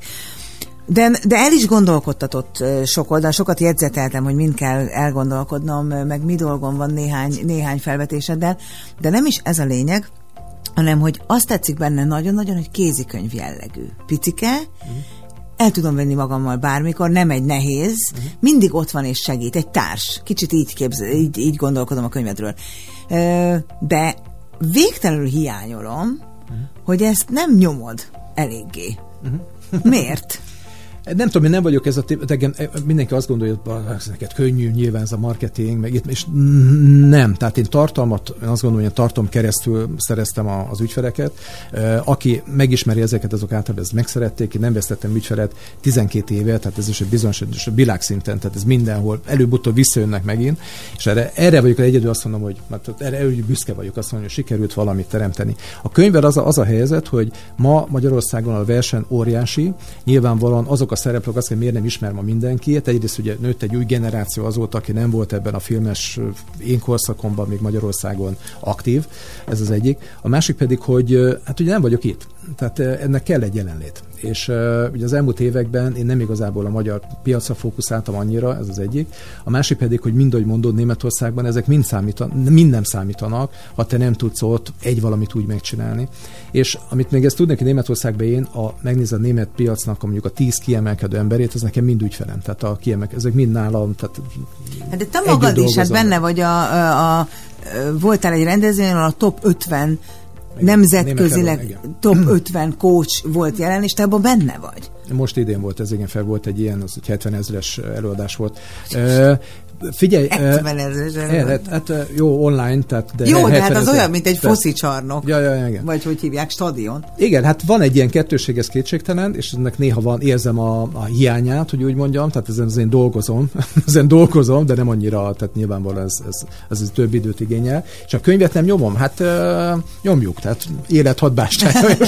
De, de el is gondolkodtatott sok oldal, sokat jegyzeteltem, hogy mind kell elgondolkodnom, meg mi dolgom van néhány, néhány felvetéseddel, de nem is ez a lényeg, hanem hogy azt tetszik benne nagyon-nagyon, hogy kézikönyv jellegű. Picike, mm. el tudom venni magammal bármikor, nem egy nehéz, mm. mindig ott van és segít, egy társ. Kicsit így, képzel, így, így gondolkodom a könyvedről. De végtelenül hiányolom, mm. hogy ezt nem nyomod eléggé. Mm. Miért? Nem tudom, én nem vagyok ez a tép, mindenki azt gondolja, hogy ez neked könnyű, nyilván ez a marketing, meg itt, és nem. Tehát én tartalmat, én azt gondolom, hogy a tartalom keresztül szereztem a, az ügyfeleket. Aki megismeri ezeket, azok általában ezt megszerették, én nem vesztettem ügyfelet tizenkét éve, tehát ez is egy bizonyos világszinten, tehát ez mindenhol előbb-utóbb visszajönnek megint, és erre, erre vagyok egyedül azt mondom, hogy mert erre erre büszke vagyok, azt mondom, hogy sikerült valamit teremteni. A könyvvel az a, az a helyzet, hogy ma Magyarországon a verseny óriási, nyilvánvalóan azok a szereplők azt, hogy miért nem ismer ma mindenki. Hát egyrészt ugye nőtt egy új generáció azóta, aki nem volt ebben a filmes én korszakomban még Magyarországon aktív. Ez az egyik. A másik pedig, hogy hát ugye nem vagyok itt. Tehát ennek kell egy jelenlét. És uh, ugye az elmúlt években én nem igazából a magyar piacra fókuszáltam annyira, ez az egyik. A másik pedig, hogy mind, ahogy mondod, Németországban ezek mind, számítan, mind nem számítanak, ha te nem tudsz ott egy valamit úgy megcsinálni. És amit még ezt tudnék, hogy Németországban én, a, megnézed a német piacnak a mondjuk a tíz kiemelkedő emberét, az nekem mind ügyfelem. Tehát a kiemelkedő, ezek mind nálam. Tehát hát de te magad is, hát benne vagy a, a, a, voltál egy rendezvényen, a top ötven nemzetközileg top ötven coach volt jelen, és te abban benne vagy. Most idén volt ez, igen, fel volt egy ilyen, az egy hetven ezres előadás volt. Uh, Figyelj, hetven ezer. Hát, hát jó, online, tehát... De jó, de hát az olyan, mint egy foszi csarnok. Ja, ja, igen. Vagy hogy hívják, stadion. Igen, hát van egy ilyen kettőség, ez kétségtelen, és ennek néha van, érzem a, a hiányát, hogy úgy mondjam, tehát ezen, ezen dolgozom, ezen dolgozom, de nem annyira, tehát nyilvánvalóan ez, ez, ez, ez több időt igényel. És a könyvet nem nyomom, hát uh, nyomjuk, tehát élet hat bástyája.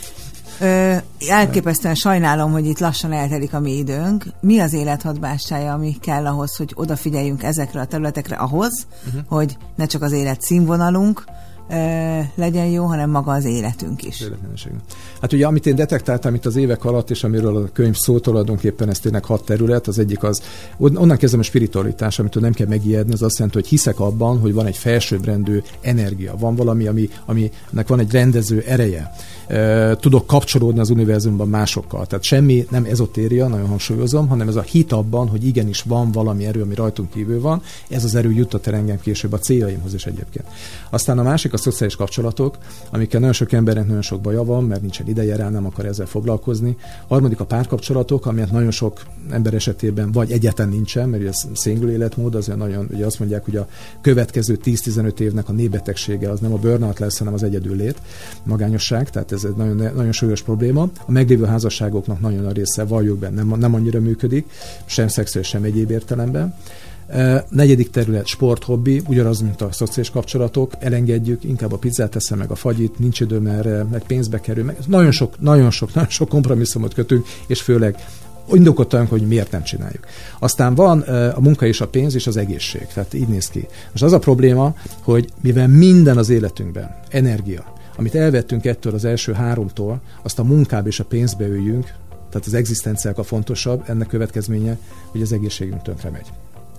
Ö, elképesztően sajnálom, hogy itt lassan eltelik a mi időnk. Mi az élet hat bástyája, ami kell ahhoz, hogy odafigyeljünk ezekre a területekre ahhoz, uh-huh. hogy ne csak az élet színvonalunk ö, legyen jó, hanem maga az életünk is. Hát ugye, amit én detektáltam itt az évek alatt, és amiről a könyv szó tulajdonképpen, ez tényleg hat terület, az egyik az, onnan kezdem a spiritualitás, amitől nem kell megijedni, az azt jelenti, hogy hiszek abban, hogy van egy felsőbbrendű energia, van valami, ami, aminek van egy rendező ereje. Tudok kapcsolódni az univerzumban másokkal. Tehát semmi nem ezotéria, nagyon hangsúlyozom, hanem ez a hit abban, hogy igenis van valami erő, ami rajtunk kívül van. Ez az erő juttat el engem később a céljaimhoz is egyébként. Aztán a másik a szociális kapcsolatok, amikkel nagyon sok embernek nagyon sok baja van, mert nincsen ideje rá, nem akar ezzel foglalkozni. A harmadik a párkapcsolatok, amiért nagyon sok ember esetében vagy egyáltalán nincsen, mert ugye a single életmód, azért nagyon, ugye azt mondják, hogy a következő tíz-tizenöt évnek a népbetegsége az nem a burnout lesz, hanem az egyedüllét, magányosság, tehát ez egy nagyon, nagyon súlyos probléma. A meglévő házasságoknak nagyon a része, valljuk be, nem, nem annyira működik, sem szexuális, sem egyéb értelemben. Uh, negyedik terület, sport, hobbi, ugyanaz, mint a szociális kapcsolatok, elengedjük, inkább a pizzát teszem, meg a fagyit, nincs időm erre, meg pénzbe kerül, meg nagyon sok, nagyon sok, nagyon sok kompromisszumot kötünk, és főleg indokottalunk, hogy miért nem csináljuk. Aztán van uh, a munka és a pénz és az egészség, tehát így néz ki. Most az a probléma, hogy mivel minden az életünkben, energia, amit elvettünk ettől az első háromtól, azt a munkába és a pénzbe öljünk, tehát az egzisztenciák a fontosabb, ennek következménye, hogy az egészségünk tönkre megy.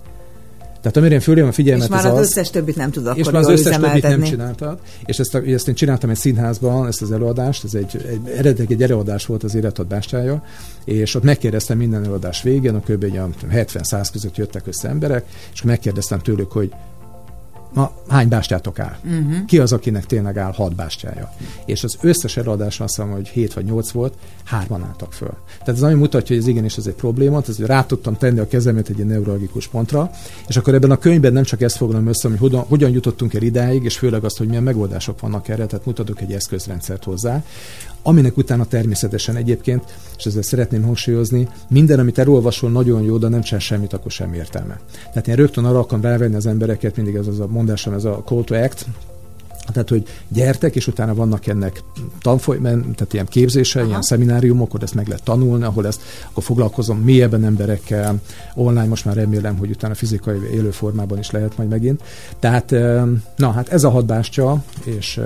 Tehát amire én fölhívom a figyelmet, és már az az az, összes többit nem tud akkor és már az összes többit nem csináltad. És ezt, a, ezt én csináltam egy színházban, ezt az előadást, ez egy, egy eredetileg egy előadás volt az Életad bástyája, és ott megkérdeztem minden előadás végén, a kb. hetven-száz között jöttek össze emberek, és megkérdeztem tőlük, hogy ma hány bástyátok áll? Uh-huh. Ki az, akinek tényleg áll hat bástyája? És az összes előadáson azt mondom, hogy hét vagy nyolc volt, hárman álltak föl. Tehát ez ami mutatja, hogy ez igenis ez egy probléma, tehát rá tudtam tenni a kezemet egy ilyen neurologikus pontra, és akkor ebben a könyvben nem csak ezt foglalom össze, hogy hogyan, hogyan jutottunk el idáig, és főleg azt, hogy milyen megoldások vannak erre, tehát mutatok egy eszközrendszert hozzá, aminek utána természetesen egyébként, és ezzel szeretném hangsúlyozni, minden, amit elolvasol, nagyon jó, de nem csinál semmit, akkor sem értelme. Tehát én rögtön arra akarom rávenni az embereket, mindig ez az a mondásom, ez a call to act, tehát, hogy gyertek, és utána vannak ennek tanfolyamán, tehát ilyen képzése, Aha. ilyen szemináriumok, ahol ezt meg lehet tanulni, ahol ezt, akkor foglalkozom mélyebben emberekkel, online most már remélem, hogy utána fizikai élő formában is lehet majd megint. Tehát, na hát ez a hat bástya, és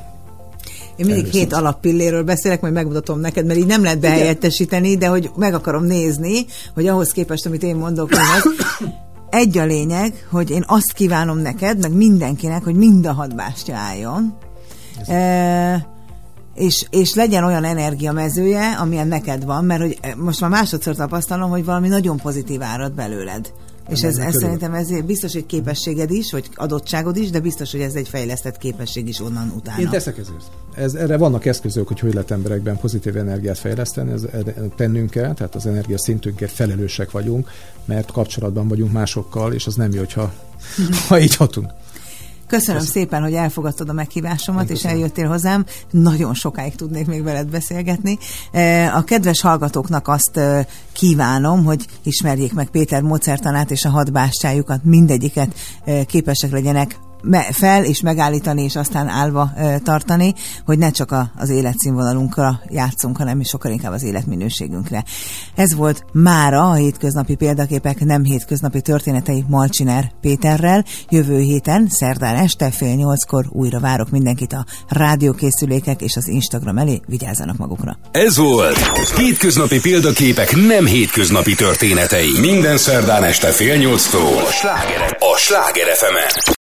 én mindig Először. hét alappilléről beszélek, majd megmutatom neked, mert így nem lehet behelyettesíteni, de hogy meg akarom nézni, hogy ahhoz képest, amit én mondok, hogy egy a lényeg, hogy én azt kívánom neked, meg mindenkinek, hogy mind a hat bástya álljon, e, és, és legyen olyan energiamezője, amilyen neked van, mert hogy most már másodszor tapasztalom, hogy valami nagyon pozitív árad belőled. És ez, ez szerintem ez biztos, hogy képességed is, vagy adottságod is, de biztos, hogy ez egy fejlesztett képesség is onnan utána. Én teszek ezért. Ez, erre vannak eszközök, hogy hogy lehet emberekben pozitív energiát fejleszteni, ez tennünk kell, tehát az energia szintünkért felelősek vagyunk, mert kapcsolatban vagyunk másokkal, és az nem jó, hogyha ha így hatunk. Köszönöm Köszönöm. szépen, hogy elfogadtad a meghívásomat, és eljöttél hozzám. Nagyon sokáig tudnék még veled beszélgetni. A kedves hallgatóknak azt kívánom, hogy ismerjék meg Péter módszertanát és a hat bástyájukat, mindegyiket képesek legyenek fel és megállítani, és aztán állva e, tartani, hogy ne csak a, az életszínvonalunkra játszunk, hanem is sokkal inkább az életminőségünkre. Ez volt mára a hétköznapi példaképek nem hétköznapi történetei Malcsiner Péterrel. Jövő héten, szerdán este fél nyolckor újra várok mindenkit a rádiókészülékek és az Instagram elé. Vigyázzanak magukra. Ez volt Hétköznapi példaképek nem hétköznapi történetei. Minden szerdán este fél nyolctól a Sláger, a Sláger ef emen.